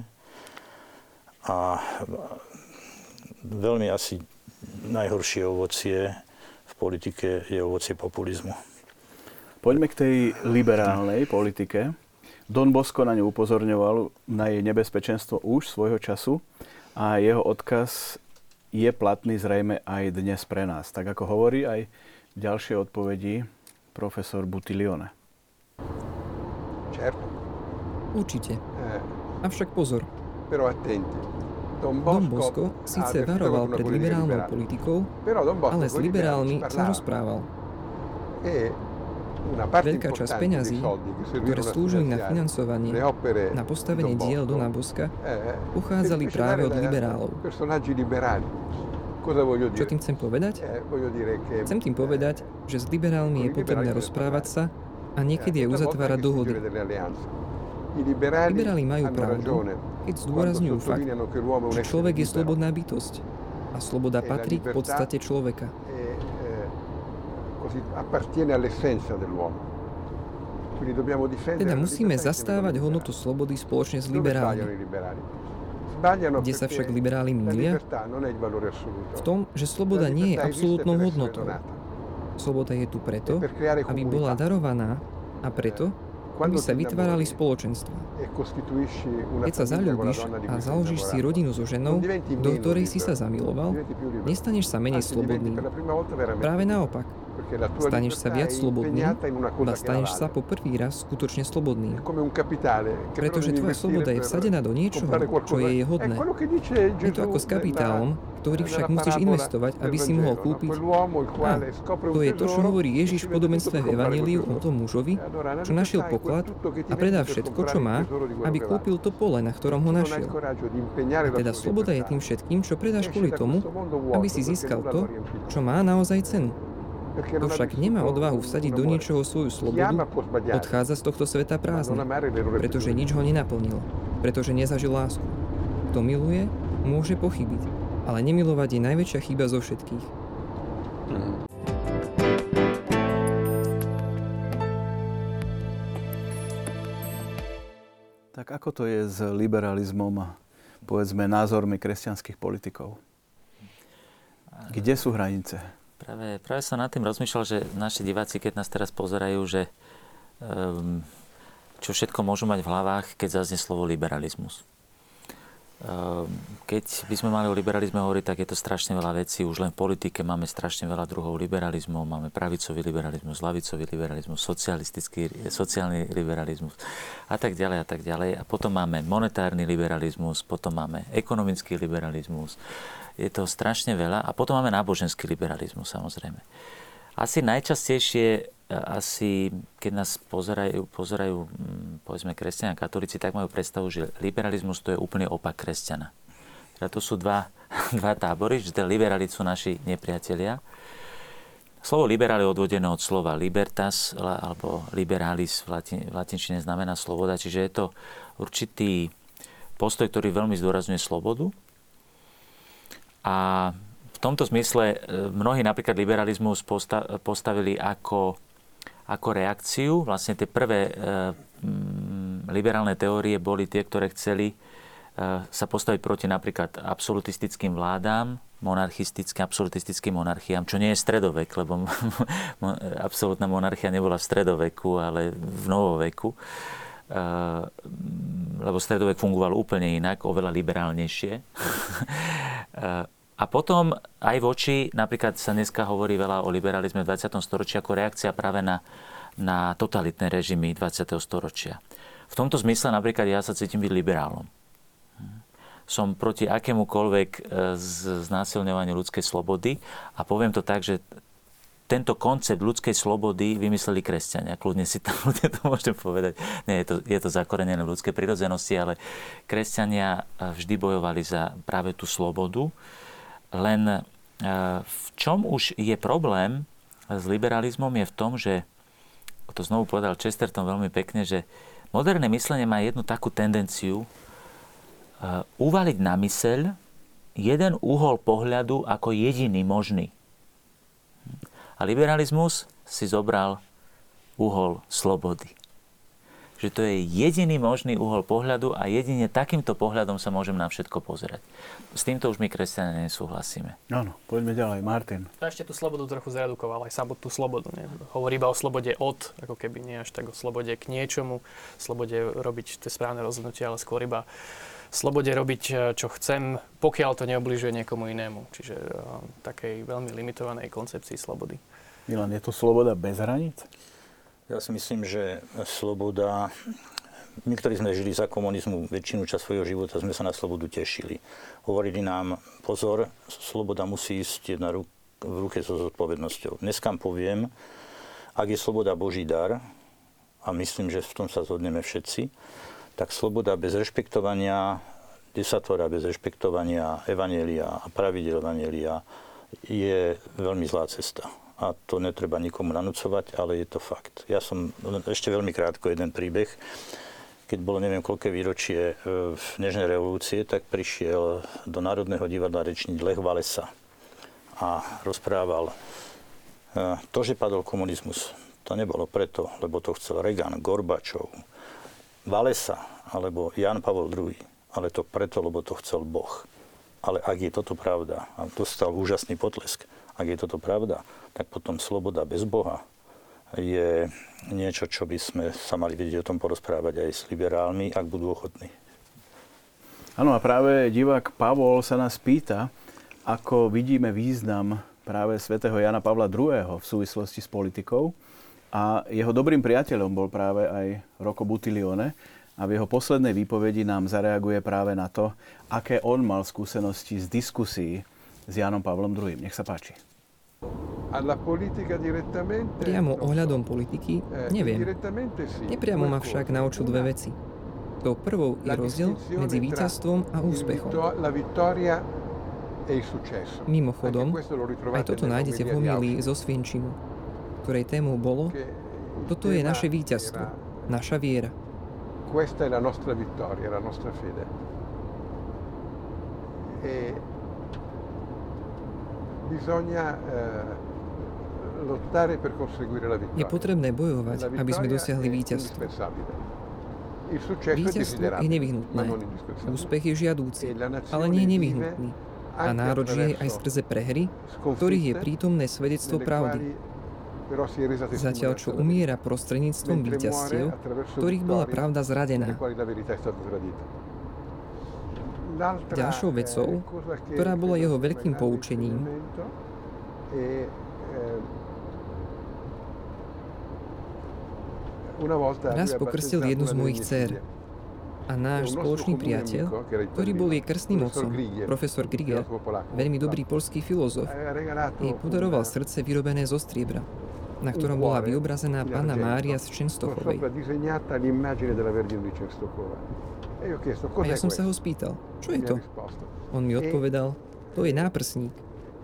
A veľmi asi najhoršie ovocie v politike je ovocie populizmu. Poďme k tej liberálnej politike. Don Bosco na ňu upozorňoval na jej nebezpečenstvo už svojho času a jeho odkaz je platný zrejme aj dnes pre nás. Tak ako hovorí aj v ďalšej odpovedi profesor Buttiglione. Určite. Avšak pozor. Don Bosco síce varoval pred liberálnou politikou, ale s liberálmi sa rozprával. Veľká časť peňazí, ktoré slúžili na financovanie, na postavenie diel Dona Bosca, pochádzali práve od liberálov. Čo tým chcem povedať? Chcem tým povedať, že s liberálmi je potrebné rozprávať sa a niekedy aj uzatvárať dohody. Liberáli majú pravdu, keď zdôrazňujú fakt, že človek je slobodná bytosť a sloboda patrí k podstate človeka. Teda musíme zastávať hodnotu slobody spoločne s liberálmi. Kde sa však liberáli mýlia? V tom, že sloboda nie je absolútnou hodnotou. Sloboda je tu preto, aby bola darovaná a preto, aby sa vytvárali spoločenstva. Keď sa zaľúbiš a založíš si rodinu so ženou, do ktorej si sa zamiloval, nestaneš sa menej slobodným. Práve naopak. Staneš sa viac slobodným, a staneš sa po prvý raz skutočne slobodným. Pretože tvoja sloboda je vsadená do niečoho, čo je jej hodné. Je to ako s kapitálom, ktorý však musíš investovať, aby si mohol kúpiť. A to je to, čo hovorí Ježiš v podobenstve v Evanjeliu o tom mužovi, čo našiel poklad a predá všetko, čo má, aby kúpil to pole, na ktorom ho našiel. A teda sloboda je tým všetkým, čo predáš kvôli tomu, aby si získal to, čo má naozaj cenu. Kto však nemá odvahu vsadiť do niečoho svoju slobodu, odchádza z tohto sveta prázdny, pretože nič ho nenaplnilo, pretože nezažil lásku. Kto miluje, môže pochybiť, ale nemilovať je najväčšia chyba zo všetkých. Tak ako to je s liberalizmom a povedzme názormi kresťanských politikov? Kde sú hranice? Práve som nad tým rozmýšľal, že naši diváci, keď nás teraz pozerajú, že čo všetko môžu mať v hlavách, keď zaznie slovo liberalizmus. Keď by sme mali o liberalizme hovoriť, tak je to strašne veľa vecí. Už len v politike máme strašne veľa druhov liberalizmu. Máme pravicový liberalizmus, ľavicový liberalizmus, sociálny liberalizmus a tak ďalej a tak ďalej. A potom máme monetárny liberalizmus, potom máme ekonomický liberalizmus. Je to strašne veľa. A potom máme náboženský liberalizmus, samozrejme. Asi najčastejšie, keď nás pozerajú povedzme kresťania a katolíci, tak majú predstavu, že liberalizmus to je úplne opak kresťana. Teda to sú dva tábory, že liberáli sú naši nepriatelia. Slovo liberál je odvodené od slova libertas, alebo liberalis v latinčine znamená sloboda, čiže je to určitý postoj, ktorý veľmi zdôrazňuje slobodu. A v tomto zmysle mnohí napríklad liberalizmus postavili ako reakciu. Vlastne tie prvé liberálne teórie boli tie, ktoré chceli sa postaviť proti napríklad absolutistickým vládám, absolutistickým monarchiám, čo nie je stredovek, lebo absolútna monarchia nebola v stredoveku, ale v novoveku. Lebo stredovek fungoval úplne inak, oveľa liberálnejšie. A potom aj napríklad sa dneska hovorí veľa o liberalizme v 20. storočí ako reakcia práve na totalitné režimy 20. storočia. V tomto zmysle napríklad ja sa cítim byť liberálom. Som proti akémukoľvek znásilňovaniu ľudskej slobody a poviem to tak, že tento koncept ľudskej slobody vymysleli kresťania. Kľudne to môžem povedať. Nie, je to zakorenené v ľudskej prirodzenosti, ale kresťania vždy bojovali za práve tú slobodu. Len v čom už je problém s liberalizmom je v tom, že, to znovu povedal Chesterton veľmi pekne, že moderné myslenie má jednu takú tendenciu uvaliť na myseľ jeden uhol pohľadu ako jediný možný. A liberalizmus si zobral uhol slobody. Že to je jediný možný uhol pohľadu a jedine takýmto pohľadom sa môžem na všetko pozerať. S týmto už my kresťania nesúhlasíme. Áno, poďme ďalej. Martin. A ešte tú slobodu trochu zredukoval, aj samotnú slobodu. Nie? Hovorí iba o slobode ako keby nie až tak o slobode k niečomu, slobode robiť tie správne rozhodnutia, ale skôr iba slobode robiť, čo chcem, pokiaľ to neobližuje niekomu inému. Čiže takej veľmi limitovanej koncepcii slobody. Milan, je to sloboda bez hraníc? Ja si myslím, že sloboda... My, ktorí sme žili za komunizmu väčšinu časť svojho života, sme sa na slobodu tešili. Hovorili nám, pozor, sloboda musí ísť v ruke so zodpovednosťou. Dneska poviem, ak je sloboda Boží dar, a myslím, že v tom sa zhodneme všetci, tak sloboda bez rešpektovania desatora, bez rešpektovania evanjelia a pravidel evanjelia je veľmi zlá cesta. a to netreba nikomu nanúcovať, ale je to fakt. Ja som ešte veľmi krátko jeden príbeh. Keď bolo neviem koľké výročie v Nežnej revolúcie, tak prišiel do Národného divadla rečniť Lech Walesa a rozprával, to, že padol komunizmus, to nebolo preto, lebo to chcel Reagan, Gorbačov, Walesa alebo Jan Pavol II, ale to preto, lebo to chcel Boh. Ale ak je toto pravda, a dostal úžasný potlesk, ak je toto pravda, tak potom sloboda bez Boha je niečo, čo by sme sa mali vedieť o tom porozprávať aj s liberálmi, ak budú ochotní. Áno, a práve divák Pavol sa nás pýta, ako vidíme význam práve svätého Jana Pavla II. V súvislosti s politikou. A jeho dobrým priateľom bol práve aj Rocco Buttiglione. A v jeho poslednej výpovedi nám zareaguje práve na to, aké on mal skúsenosti z diskusí s Jánom Pavlom II. Nech sa páči. Priamo ohľadom politiky neviem. Nepriamo ma však naučil dve veci. To prvou je rozdiel medzi víťazstvom a úspechom. Mimochodom, aj toto nájdete v homílii zo Svienčimu, ktorej témou bolo: toto je naše víťazstvo, naša viera. Questa è la nostra vittoria, la nostra fede. E bisogna lottare per conseguire la vittoria. Je potrebné bojovať, aby sme dosiahli víťazstvo. Víťazstvo je nevyhnutné. Úspech je žiadúci, ale nie nevyhnutný. A národ žije aj skrze prehry, v ktorých je prítomné svedectvo pravdy. Zatiaľ, čo umiera prostredníctvom víťazstiev, ktorých bola pravda zradená. Ďalšou vecou, ktorá bola jeho veľkým poučením, raz pokrstil jednu z mojich dcér. A náš spoločný priateľ, ktorý bol jej krstným otcom, profesor Grigel, veľmi dobrý poľský filozof, jej podaroval srdce vyrobené zo striebra, na ktorom bola vyobrazená Panna Mária z Čenstochovej. A ja som sa ho spýtal, čo je to? On mi odpovedal, to je náprsník.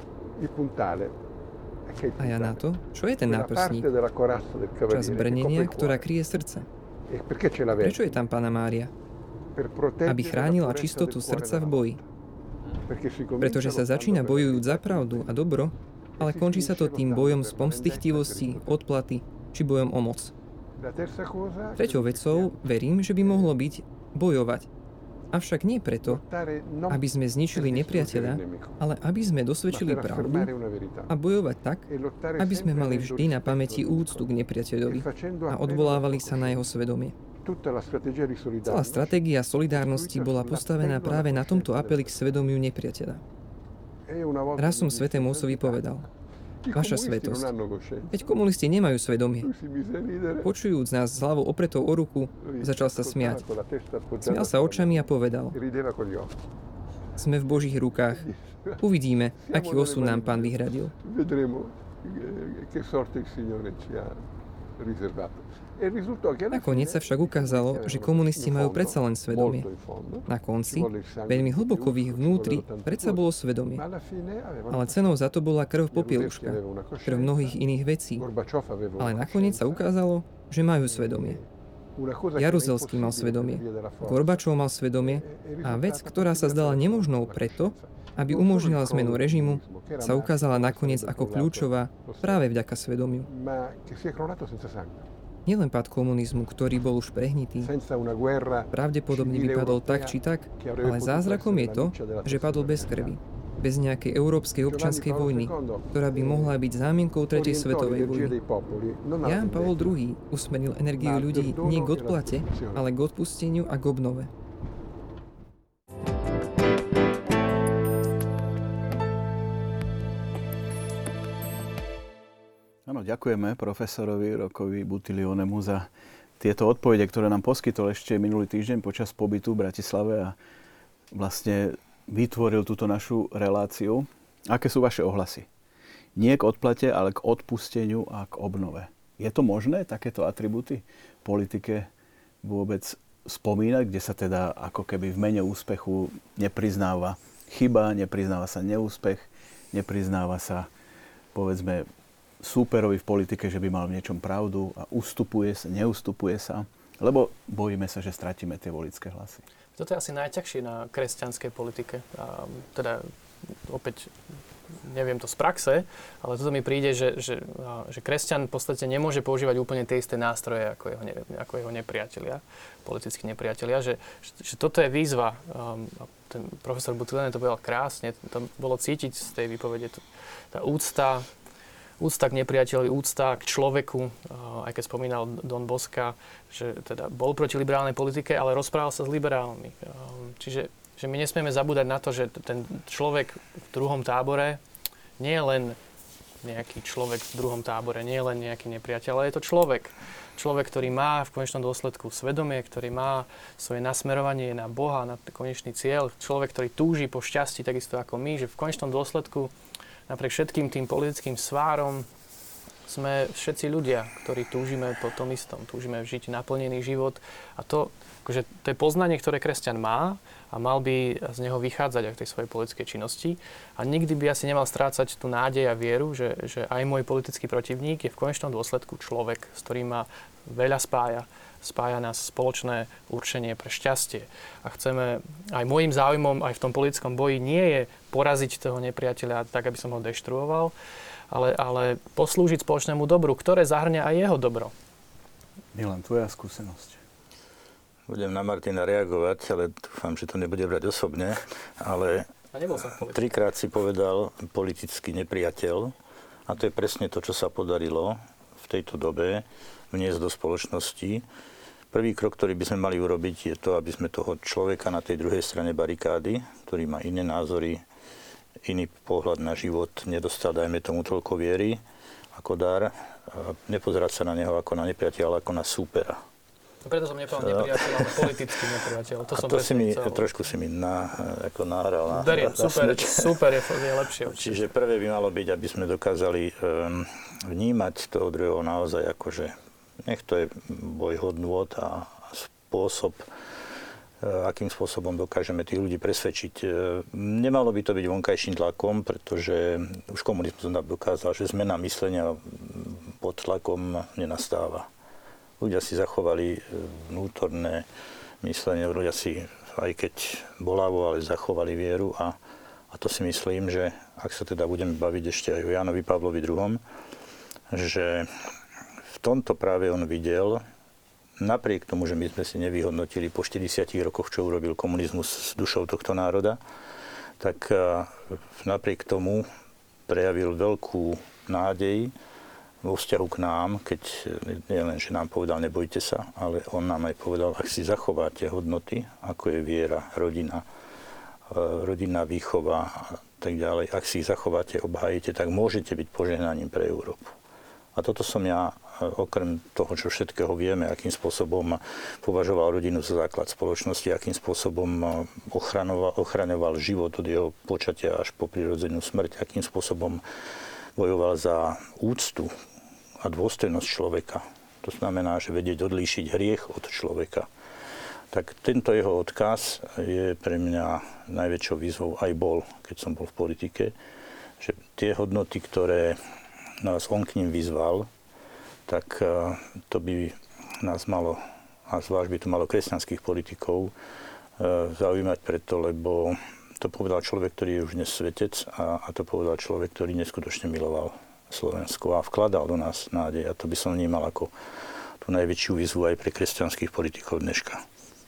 A ja na to, čo je ten náprsník? Časť brnenia, ktorá kryje srdce. Prečo je tam Panna Mária? Aby chránila čistotu srdca v boji. Pretože sa začína bojujúc za pravdu a dobro, ale končí sa to tým bojom z pomstychtivosti, odplaty či bojom o moc. Treťou vecou verím, že by mohlo byť bojovať. Avšak nie preto, aby sme zničili nepriateľa, ale aby sme dosvedčili pravdu a bojovať tak, aby sme mali vždy na pamäti úctu k nepriateľovi a odvolávali sa na jeho svedomie. Celá stratégia solidárnosti bola postavená práve na tomto apeli k svedomiu nepriateľa. Raz som svätému otcovi povedal: Vaša svätosť, veď komunisti nemajú svedomie. Počujúc nás s hlavou opretou o ruku, začal sa smiať. Smial sa očami a povedal: Sme v Božích rukách. Uvidíme, aký osud nám Pán vyhradil. Nakoniec sa však ukázalo, že komunisti majú predsa len svedomie. Na konci, veľmi hlboko v ich vnútri, predsa bolo svedomie. Ale cenou za to bola krv popieluška, krv mnohých iných vecí. Ale nakoniec sa ukázalo, že majú svedomie. Jaruzelský mal svedomie, Gorbačov mal svedomie a vec, ktorá sa zdala nemožnou preto, aby umožnila zmenu režimu, sa ukázala nakoniec ako kľúčová práve vďaka svedomiu. Nielen pád komunizmu, ktorý bol už prehnitý, pravdepodobne vypadol tak či tak, ale zázrakom je to, že padol bez krvi, bez nejakej európskej občianskej vojny, ktorá by mohla byť zámienkou tretej svetovej vojny. Ján Pavol II usmeril energiu ľudí nie k odplate, ale k odpusteniu a k obnove. Áno, ďakujeme profesorovi Roccovi Buttiglionemu za tieto odpovede, ktoré nám poskytol ešte minulý týždeň počas pobytu v Bratislave a vlastne vytvoril túto našu reláciu. Aké sú vaše ohlasy? Nie k odplate, ale k odpusteniu a k obnove. Je to možné, takéto atribúty v politike vôbec spomínať, kde sa teda ako keby v mene úspechu nepriznáva chyba, nepriznáva sa neúspech, nepriznáva sa, povedzme, súperovi v politike, že by mal v niečom pravdu a neustupuje sa, lebo bojíme sa, že stratíme tie voličské hlasy. Toto je asi najťažšie na kresťanskej politike. A teda opäť neviem to z praxe, ale toto mi príde, že kresťan v podstate nemôže používať úplne tie isté nástroje ako jeho nepriatelia, politickí nepriatelia, že toto je výzva. Ten profesor Butlane to povedal krásne, to bolo cítiť z tej výpovede, tá úcta k nepriateľovi, úcta k človeku, aj keď spomínal Don Bosca, že teda bol proti liberálnej politike, ale rozprával sa s liberálmi. Čiže že my nesmieme zabúdať na to, že ten človek v druhom tábore nie je len nejaký človek v druhom tábore, nie je len nejaký nepriateľ, ale je to človek. Človek, ktorý má v konečnom dôsledku svedomie, ktorý má svoje nasmerovanie na Boha, na konečný cieľ. Človek, ktorý túži po šťastí, takisto ako my, že v konečnom dôsledku napriek všetkým tým politickým svárom sme všetci ľudia, ktorí túžime po tom istom. Túžime žiť naplnený život. A to je poznanie, ktoré kresťan má a mal by z neho vychádzať aj v tej svojej politickej činnosti. A nikdy by asi nemal strácať tú nádej a vieru, že aj môj politický protivník je v konečnom dôsledku človek, s ktorým ma veľa spája. Spája nás spoločné určenie pre šťastie. A chceme, aj môjim záujmom, aj v tom politickom boji nie je poraziť toho nepriateľa tak, aby som ho deštruoval, ale poslúžiť spoločnému dobru, ktoré zahrňa aj jeho dobro. Milan, tvoja skúsenosť. Budem na Martina reagovať, ale dúfam, že to nebude brať osobne, ale trikrát si povedal politický nepriateľ a to je presne to, čo sa podarilo v tejto dobe vniesť do spoločnosti. Prvý krok, ktorý by sme mali urobiť, je to, aby sme toho človeka na tej druhej strane barikády, ktorý má iné názory, iný pohľad na život, nedostal, dajme tomu, toľko viery ako dar, nepozerať sa na neho ako na nepriateľa, ale ako na súpera. Preto som nepovedal nepriateľ, ale politický nepriateľ. Trošku si mi nahral. Beriem, super je lepšie. Čiže prvé by malo byť, aby sme dokázali vnímať toho druhého naozaj akože nech to je boj hodnôt a spôsob, akým spôsobom dokážeme tých ľudí presvedčiť. Nemalo by to byť vonkajším tlakom, pretože už komunizmus dokázal, že zmena myslenia pod tlakom nenastáva. Ľudia si zachovali vnútorné myslenie, ľudia si, aj keď bolavo, ale zachovali vieru a to si myslím, že ak sa teda budeme baviť ešte aj o Jánovi Pavlovi II, že v tomto práve on videl, napriek tomu, že my sme si nevyhodnotili po 40 rokoch, čo urobil komunizmus s dušou tohto národa, tak napriek tomu prejavil veľkú nádej vo vzťahu k nám, keď nie len, že nám povedal, nebojte sa, ale on nám aj povedal, ak si zachováte hodnoty, ako je viera, rodinná výchova a tak ďalej, ak si ich zachováte, obhájite, tak môžete byť požehnaním pre Európu. A toto som ja, okrem toho, čo všetkého vieme, akým spôsobom považoval rodinu za základ spoločnosti, akým spôsobom ochraňoval život od jeho počatia až po prirodzenú smrť, akým spôsobom bojoval za úctu a dôstojnosť človeka. To znamená, že vedieť odlíšiť hriech od človeka. Tak tento jeho odkaz je pre mňa najväčšou výzvou, aj bol, keď som bol v politike, že tie hodnoty, ktoré nás on k ním vyzval, tak to by nás malo, a zvlášť by to malo kresťanských politikov, zaujímať preto, lebo to povedal človek, ktorý je už dnes svetec a to povedal človek, ktorý neskutočne miloval Slovensko a vkladal do nás nádej. A to by som vnímal ako tú najväčšiu výzvu aj pre kresťanských politikov dneška.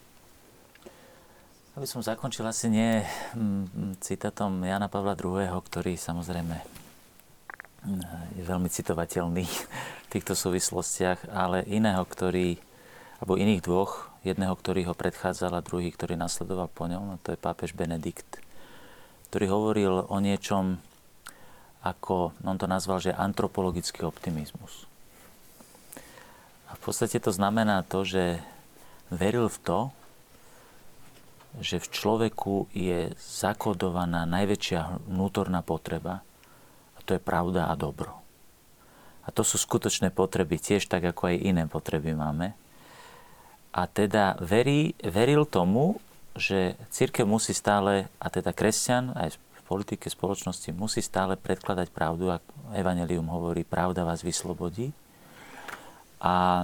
Aby som zakončil asi nie citátom Jana Pavla II., ktorý samozrejme je veľmi citovateľný v týchto súvislostiach, ale alebo iných dvoch, jedného, ktorý ho predchádzal a druhý, ktorý nasledoval po ňom, a to je pápež Benedikt, ktorý hovoril o niečom ako, on to nazval, že antropologický optimizmus. A v podstate to znamená to, že veril v to, že v človeku je zakodovaná najväčšia vnútorná potreba, a to je pravda a dobro. A to sú skutočné potreby, tiež tak, ako aj iné potreby máme. A teda veril tomu, že cirkev musí stále, a teda kresťan, aj v politike, spoločnosti musí stále predkladať pravdu, ak evanjelium hovorí, pravda vás vyslobodí. A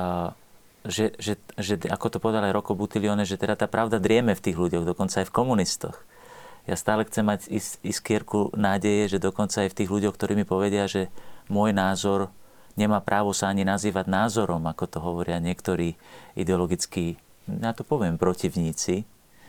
že ako to povedal aj Rocco Buttiglione, že teda tá pravda drieme v tých ľuďoch, dokonca aj v komunistoch. Ja stále chcem mať iskierku nádeje, že dokonca aj v tých ľuďoch, ktorí mi povedia, že môj názor nemá právo sa ani nazývať názorom, ako to hovoria niektorí ideologickí, ja to poviem, protivníci,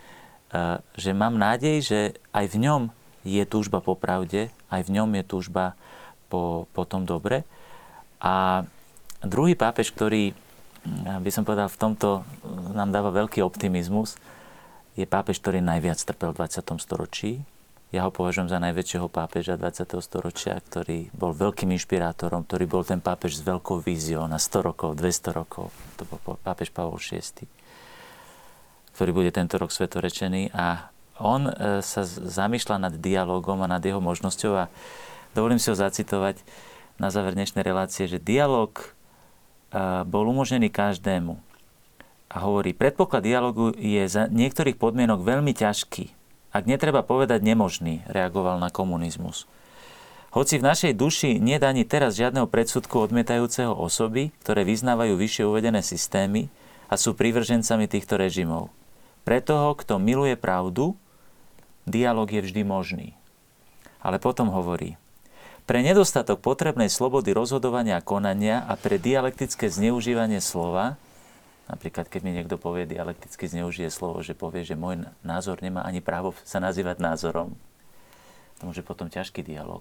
že mám nádej, že aj v ňom je túžba po pravde, aj v ňom je túžba po tom dobre. A druhý pápež, ktorý, by som povedal, v tomto nám dáva veľký optimizmus, je pápež, ktorý najviac trpel v 20. storočí. Ja ho považujem za najväčšieho pápeža 20. storočia, ktorý bol veľkým inšpirátorom, ktorý bol ten pápež s veľkou víziou na 100 rokov, 200 rokov. To bol pápež Pavol VI, ktorý bude tento rok svetorečený. A on sa zamýšľa nad dialogom a nad jeho možnosťou a dovolím si ho zacitovať na záver dnešnej relácie, že dialog bol umožnený každému. A hovorí, predpoklad dialogu je za niektorých podmienok veľmi ťažký, ak netreba povedať nemožný, reagoval na komunizmus. Hoci v našej duši nie je ani teraz žiadneho predsudku odmietajúceho osoby, ktoré vyznávajú vyššie uvedené systémy a sú privržencami týchto režimov. Pre toho, kto miluje pravdu, dialog je vždy možný. Ale potom hovorí, pre nedostatok potrebnej slobody rozhodovania a konania a pre dialektické zneužívanie slova, napríklad keď mi niekto povie, dialekticky zneužije slovo, že povie, že môj názor nemá ani právo sa nazývať názorom, to môže potom ťažký dialog.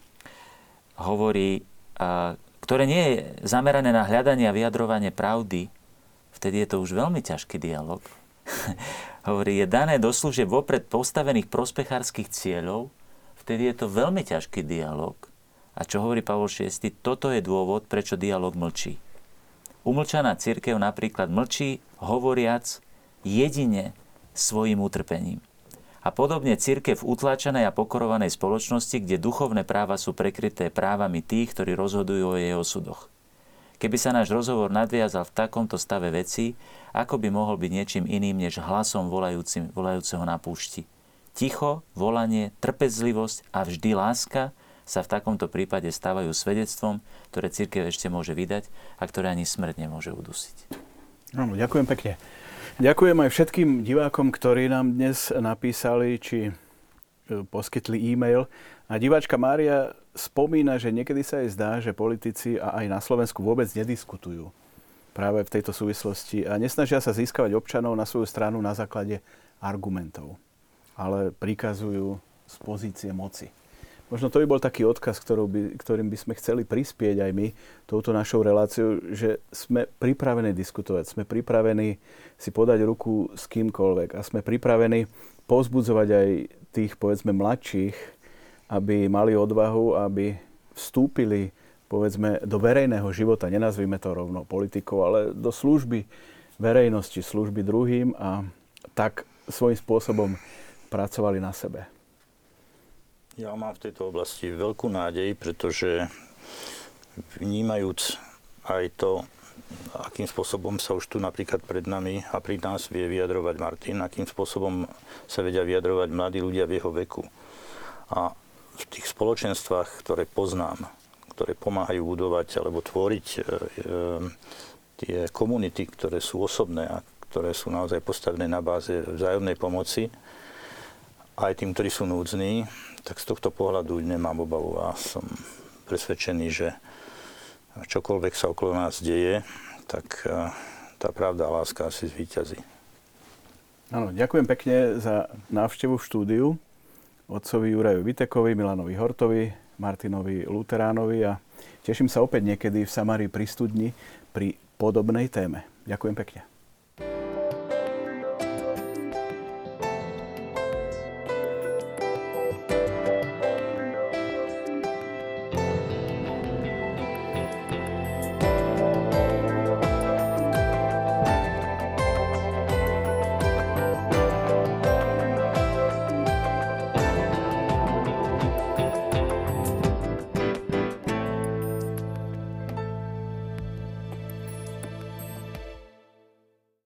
Hovorí, ktoré nie je zamerané na hľadanie a vyjadrovanie pravdy, vtedy je to už veľmi ťažký dialog. Hovorí, je dané do služieb vopred postavených prospechárskych cieľov, vtedy je to veľmi ťažký dialog. A čo hovorí Pavol VI? Toto je dôvod, prečo dialog mlčí. Umlčaná cirkev napríklad mlčí, hovoriac jedine svojim utrpením. A podobne cirkev v utláčanej a pokorovanej spoločnosti, kde duchovné práva sú prekryté právami tých, ktorí rozhodujú o jej osudoch. Keby sa náš rozhovor nadviazal v takomto stave vecí, ako by mohol byť niečím iným, než hlasom volajúceho na púšti. Ticho, volanie, trpezlivosť a vždy láska sa v takomto prípade stávajú svedectvom, ktoré cirkev ešte môže vydať a ktoré ani smrť nemôže udusiť. Áno, ďakujem pekne. Ďakujem aj všetkým divákom, ktorí nám dnes napísali, či poskytli e-mail. A diváčka Mária spomína, že niekedy sa jej zdá, že politici a aj na Slovensku vôbec nediskutujú práve v tejto súvislosti a nesnažia sa získavať občanov na svoju stranu na základe argumentov, ale prikazujú z pozície moci. Možno to by bol taký odkaz, ktorým by sme chceli prispieť aj my touto našou reláciou, že sme pripravení diskutovať, sme pripravení si podať ruku s kýmkoľvek a sme pripravení povzbudzovať aj tých, povedzme, mladších, aby mali odvahu, aby vstúpili, povedzme, do verejného života, nenazvime to rovno politikou, ale do služby verejnosti, služby druhým a tak svojím spôsobom pracovali na sebe. Ja mám v tejto oblasti veľkú nádej, pretože vnímajúc aj to, akým spôsobom sa už tu napríklad pred nami a pri nás vie vyjadrovať Martin, akým spôsobom sa vedia vyjadrovať mladí ľudia v jeho veku. A v tých spoločenstvách, ktoré poznám, ktoré pomáhajú budovať alebo tvoriť tie komunity, ktoré sú osobné a ktoré sú naozaj postavené na báze vzájomnej pomoci, aj tým, ktorí sú núdzní, tak z tohto pohľadu nemám obavu a som presvedčený, že čokoľvek sa okolo nás deje, tak tá pravda a láska asi zvíťazí. Áno, ďakujem pekne za návštevu v štúdiu otcovi Jurajovi Vitekovi, Milanovi Hortovi, Martinovi Luteránovi a teším sa opäť niekedy v Samárii pri studni pri podobnej téme. Ďakujem pekne.